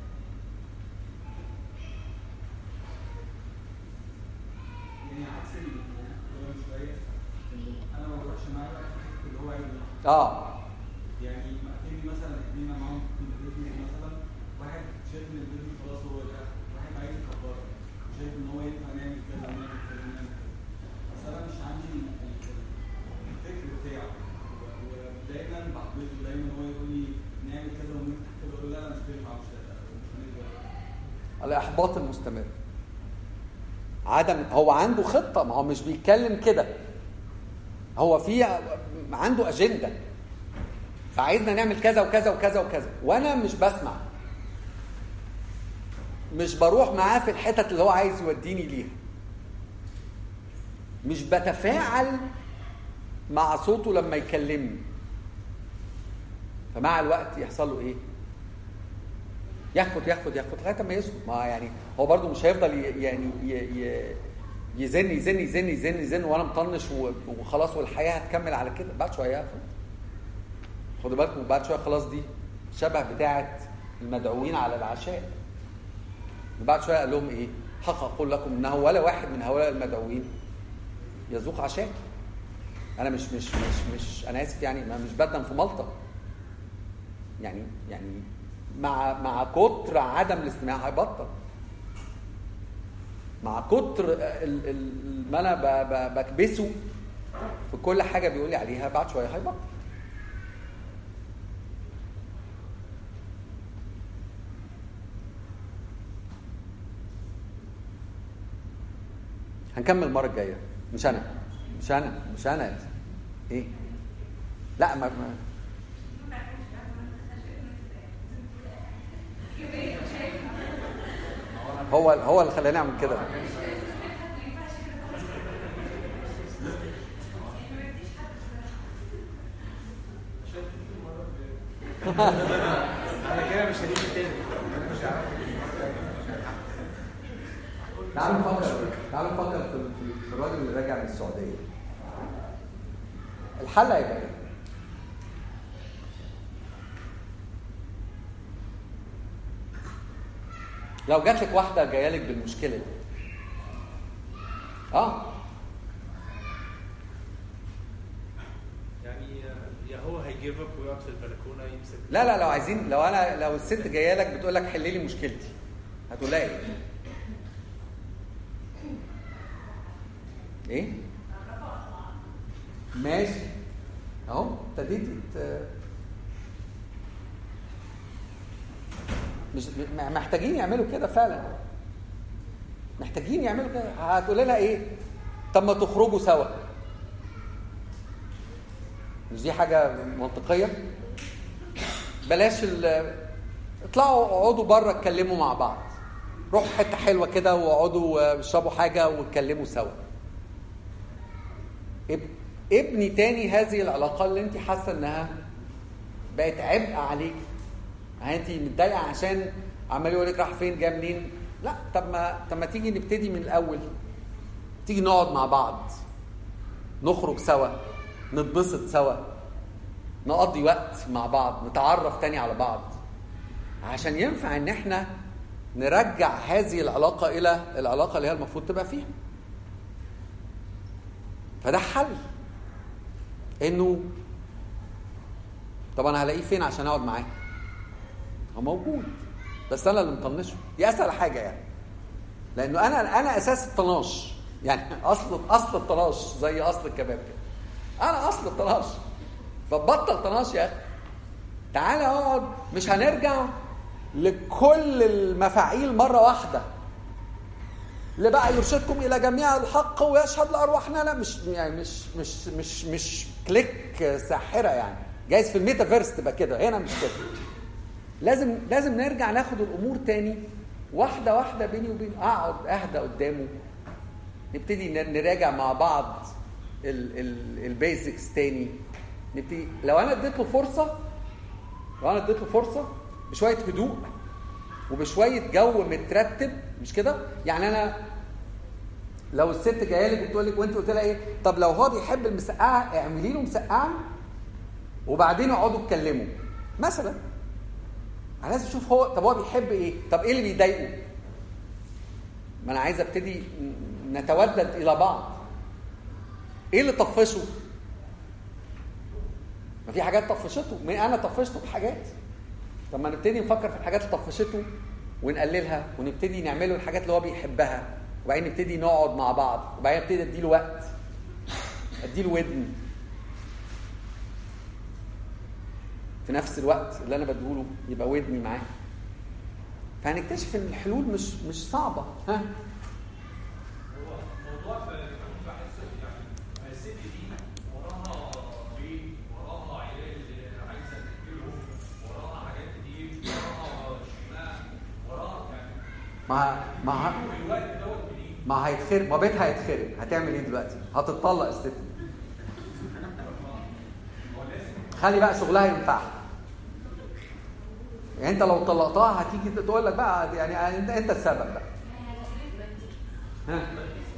[SPEAKER 2] يعني عكس اللي شويه انا ما بروحش معاه بقى في اللي هو عايز
[SPEAKER 1] اه
[SPEAKER 2] يعني اكيد مثلا اثنين معاهم في البيزنس مثلا، واحد شايف ان البيزنس خلاص هو ده، واحد عايز يكبره شايف ان هو ينفع نعمل كذا ونعمل كذا ونعمل كذا، بس انا مش عندي الفكر بتاعه، ودايما بحبطه دايما هو يقول لي نعمل كذا ونفتح كذا، اقول له لا انا مش هينفع مش هنقدر.
[SPEAKER 1] الاحباط المستمر، عدم هو عنده خطه، ما هو مش بيتكلم كده، هو في عنده اجنده فعايزنا نعمل كذا وكذا وكذا وكذا، وانا مش بسمع، مش بروح معاه في الحتت اللي هو عايز يوديني ليها، مش بتفاعل مع صوته لما يكلمني. فمع الوقت يحصل له ايه؟ ياخد ياخد ياخد لغايه ما يسكت. ما يعني هو برضو مش هيفضل يعني يزن يزن يزن يزن يزن وانا مطنش وخلاص والحياه هتكمل على كده. بعد شويه ياخد. خدوا بالكم بعد شويه خلاص دي شبه بتاعه المدعوين على العشاء. بعد شويه قال لهم ايه؟ حق اقول لكم انه ولا واحد من هؤلاء المدعوين يذوق عشاء. انا مش مش مش مش انا اسف يعني ما مش بدم في ملطه. يعني يعني مع مع كتر عدم الاستماع هيبطل. مع كتر ما انا بكبسه في كل حاجه بيقول لي عليها بعد شويه هيبطل. هنكمل المره الجايه. مش انا مش انا مش انا ايه لا ما, ما. هو هو اللي خلاني اعمل كده.
[SPEAKER 3] انا كده مش هجيب التاني. مش عارف.
[SPEAKER 1] تعالوا نفكر تعالوا نفكر في في الراجل اللي راجع من السعوديه. الحل هيبقى ايه؟ لو جات لك واحده جايه لك بالمشكله دي اه
[SPEAKER 4] يعني يا هو هيجيف اب ويقعد في البلكونه يمسك.
[SPEAKER 1] لا لا لو عايزين لو انا لو الست جايه لك بتقول لك حل لي مشكلتي هتقول لها ايه؟ ايه؟ ماشي اهو ابتديتي مش محتاجين يعملوا كده فعلا. محتاجين يعملوا كده. هتقول لها ايه؟ طب ما تخرجوا سوا. مش دي حاجه منطقيه؟ بلاش اطلعوا اقعدوا بره اتكلموا مع بعض. روحوا حته حلوه كده واقعدوا اشربوا حاجه واتكلموا سوا. ابني تاني هذه العلاقه اللي انت حاسه انها بقت عبء عليك. انت متضايقه عشان عمال يقول لك راح فين جاي منين. لا طب ما طب ما تيجي نبتدي من الاول. تيجي نقعد مع بعض نخرج سوا نتبسط سوا نقضي وقت مع بعض نتعرف تاني على بعض عشان ينفع ان احنا نرجع هذه العلاقه الى العلاقه اللي هي المفروض تبقى فيها. فده حل. انه طب انا هلاقيه فين عشان اقعد معاه؟ هو موجود بس انا اللي مطنشه. دي اسهل حاجه يعني. لانه انا انا اساس الطناش يعني اصل اصل الطناش زي اصل الكباب كده. انا اصل الطناش. فبطل طناش يا اخي. تعالى اقعد. مش هنرجع لكل المفاعيل مره واحده اللي بقى يرشدكم الى جميع الحق ويشهد لارواحنا. لا مش يعني مش مش مش مش كليك ساحره يعني. جايز في الميتافيرس تبقى كده. هنا مش كده. لازم لازم نرجع ناخد الامور تاني واحده واحده بيني وبينه. اقعد اهدى قدامه نبتدي نراجع مع بعض البيزكس تاني. نبتدي لو انا اديت له فرصه لو انا اديت له فرصه بشويه هدوء وبشويه جو مترتب. مش كده يعني. انا لو الست جايه لك بتقول لك وانت قلت لها ايه؟ طب لو هو بيحب المسقعه اعملي له مسقعه وبعدين اقعدوا اتكلموا مثلا. انا لازم اشوف هو طب هو بيحب ايه؟ طب ايه اللي بيضايقه؟ ما انا عايز ابتدي نتودد الى بعض. ايه اللي طفشه؟ ما في حاجات طفشته. انا طفشته بحاجات. طب ما نبتدي نفكر في الحاجات اللي طفشته ونقللها ونبتدي نعمله الحاجات اللي هو بيحبها وبعدين نبتدي نقعد مع بعض وبعدين ابتدي اديله وقت اديله ودن في نفس الوقت اللي انا بديهوله يبقى ودني معاه. فهنكتشف ان الحلول مش مش صعبه. ها
[SPEAKER 4] هو موضوع بحس يعني الست دي وراها بيت وراها عيال عايزه تاكلهم وراها حاجات كتير وراها شماء وراها يعني
[SPEAKER 1] ما ما
[SPEAKER 4] الوقت دوت منين؟
[SPEAKER 1] ما هيتخرب. ما بيتها هيتخرب. هتعمل ايه دلوقتي؟ هتطلق الست. خلي بقى شغلها ينفعها. يعني انت لو طلقتها هتيجي تقول لك بقى يعني انت انت السبب بقى. ها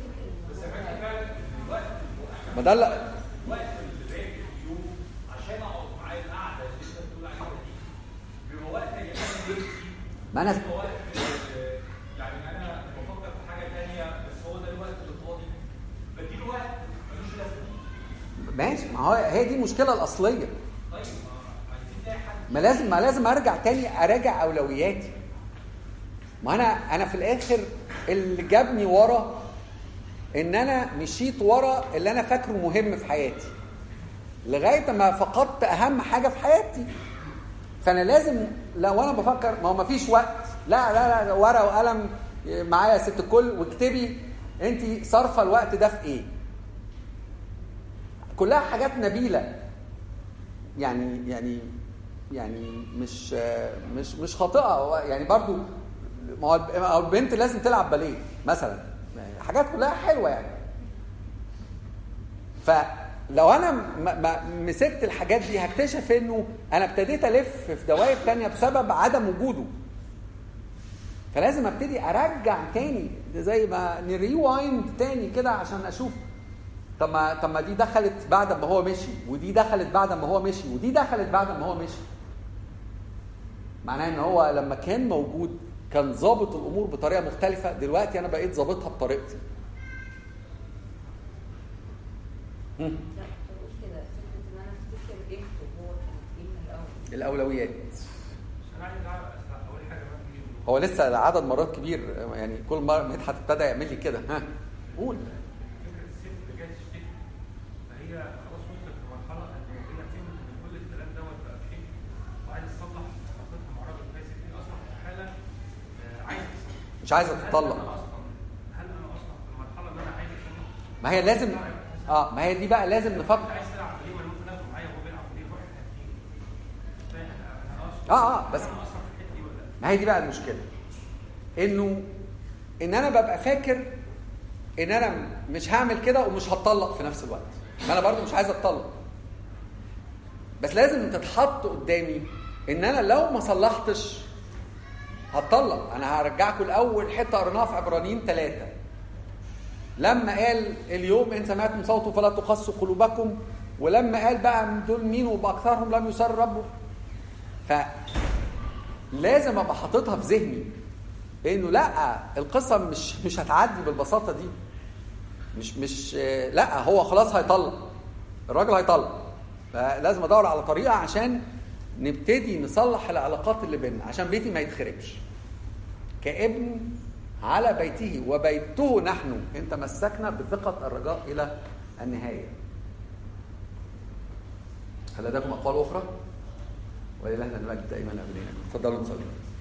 [SPEAKER 1] ما ده لا
[SPEAKER 4] الوقت اللي باقي في اليوم عشان اقعد معاه القعده اللي انت بتقول عليها دي بيبقى وقت يا جماعه.
[SPEAKER 1] ما انا
[SPEAKER 4] يعني انا بفكر في حاجه ثانيه بس هو ده الوقت اللي فاضي بديله وقت ملوش لازمه.
[SPEAKER 1] ماشي. ما هو هي دي المشكله الاصليه.
[SPEAKER 4] طيب ما عايزين نلاقي حل.
[SPEAKER 1] ما لازم ما لازم ارجع تاني اراجع اولوياتي. ما انا انا في الاخر اللي جابني ورا ان انا مشيت ورا اللي انا فاكره مهم في حياتي لغايه ما فقدت اهم حاجه في حياتي. فانا لازم لو انا بفكر ما هو ما فيش وقت. لا لا لا ورقه وقلم معايا يا ست الكل واكتبي انت صارفه الوقت ده في ايه؟ كلها حاجات نبيله يعني يعني يعني مش مش مش خاطئه يعني برضو. ما هو البنت لازم تلعب باليه مثلا، يعني حاجات كلها حلوه يعني. فلو انا م- مسكت الحاجات دي هكتشف انه انا ابتديت الف في دوائر تانية بسبب عدم وجوده. فلازم ابتدي ارجع تاني زي ما نريوايند تاني كده عشان اشوف طب ما طب ما دي دخلت بعد ما هو مشي، ودي دخلت بعد ما هو مشي، ودي دخلت بعد ما هو مشي. معناه ان هو لما كان موجود كان ظابط الامور بطريقه مختلفه، دلوقتي انا بقيت ظابطها بطريقتي.
[SPEAKER 5] لا تقول كده فكره ان انا افتكر امتى هو كان ايه من الاول.
[SPEAKER 1] الاولويات.
[SPEAKER 4] انا عايز اعرف اول حاجه بقى
[SPEAKER 1] هو لسه عدد مرات كبير يعني، كل مره مدحت ابتدى يعمل لي كده. ها قول.
[SPEAKER 4] فكره الست اللي جايه تشتكي فهي خلاص وصلت لمرحله ان هي فهمت ان كل الكلام دوت بقى فيه وعايزه تصلح علاقتها مع راجل كويس. هي اصلا في حاله عايزه تصلح،
[SPEAKER 1] مش عايزه تطلق.
[SPEAKER 4] هل انا اصلا هل انا اصلا في المرحله اللي انا عايز اصلح؟
[SPEAKER 1] ما هي لازم اه ما هي دي بقى لازم نفكر.
[SPEAKER 4] عايز تلعب ليه؟ ما انا ممكن اخده معايا وهو بيلعب ليه؟ روح هتجيب.
[SPEAKER 1] اه اه بس ما هي دي بقى المشكله، انه ان انا ببقى فاكر ان انا مش هعمل كده ومش هتطلق في نفس الوقت. ما انا برضو مش عايز اتطلق، بس لازم تتحط قدامي ان انا لو ما صلحتش هتطلق. انا هرجعكم الاول حته قرناها في عبرانيين ثلاثة لما قال اليوم ان سمعتم صوته فلا تقسوا قلوبكم، ولما قال بقى دول مين وباكثرهم لم يسر ربه. فلازم ابقى حاططها في ذهني انه لا، القصه مش مش هتعدي بالبساطه دي. مش مش لا، هو خلاص هيطلق، الراجل هيطلق، فلازم ادور على طريقه عشان نبتدي نصلح العلاقات اللي بيننا عشان بيتي ما يتخربش. كابن على بيته وبيته نحن ان تمسكنا بثقه الرجاء الى النهايه. هل لديكم اقوال اخرى؟ ولله المجد دائما ابدا. تفضلوا نصلي.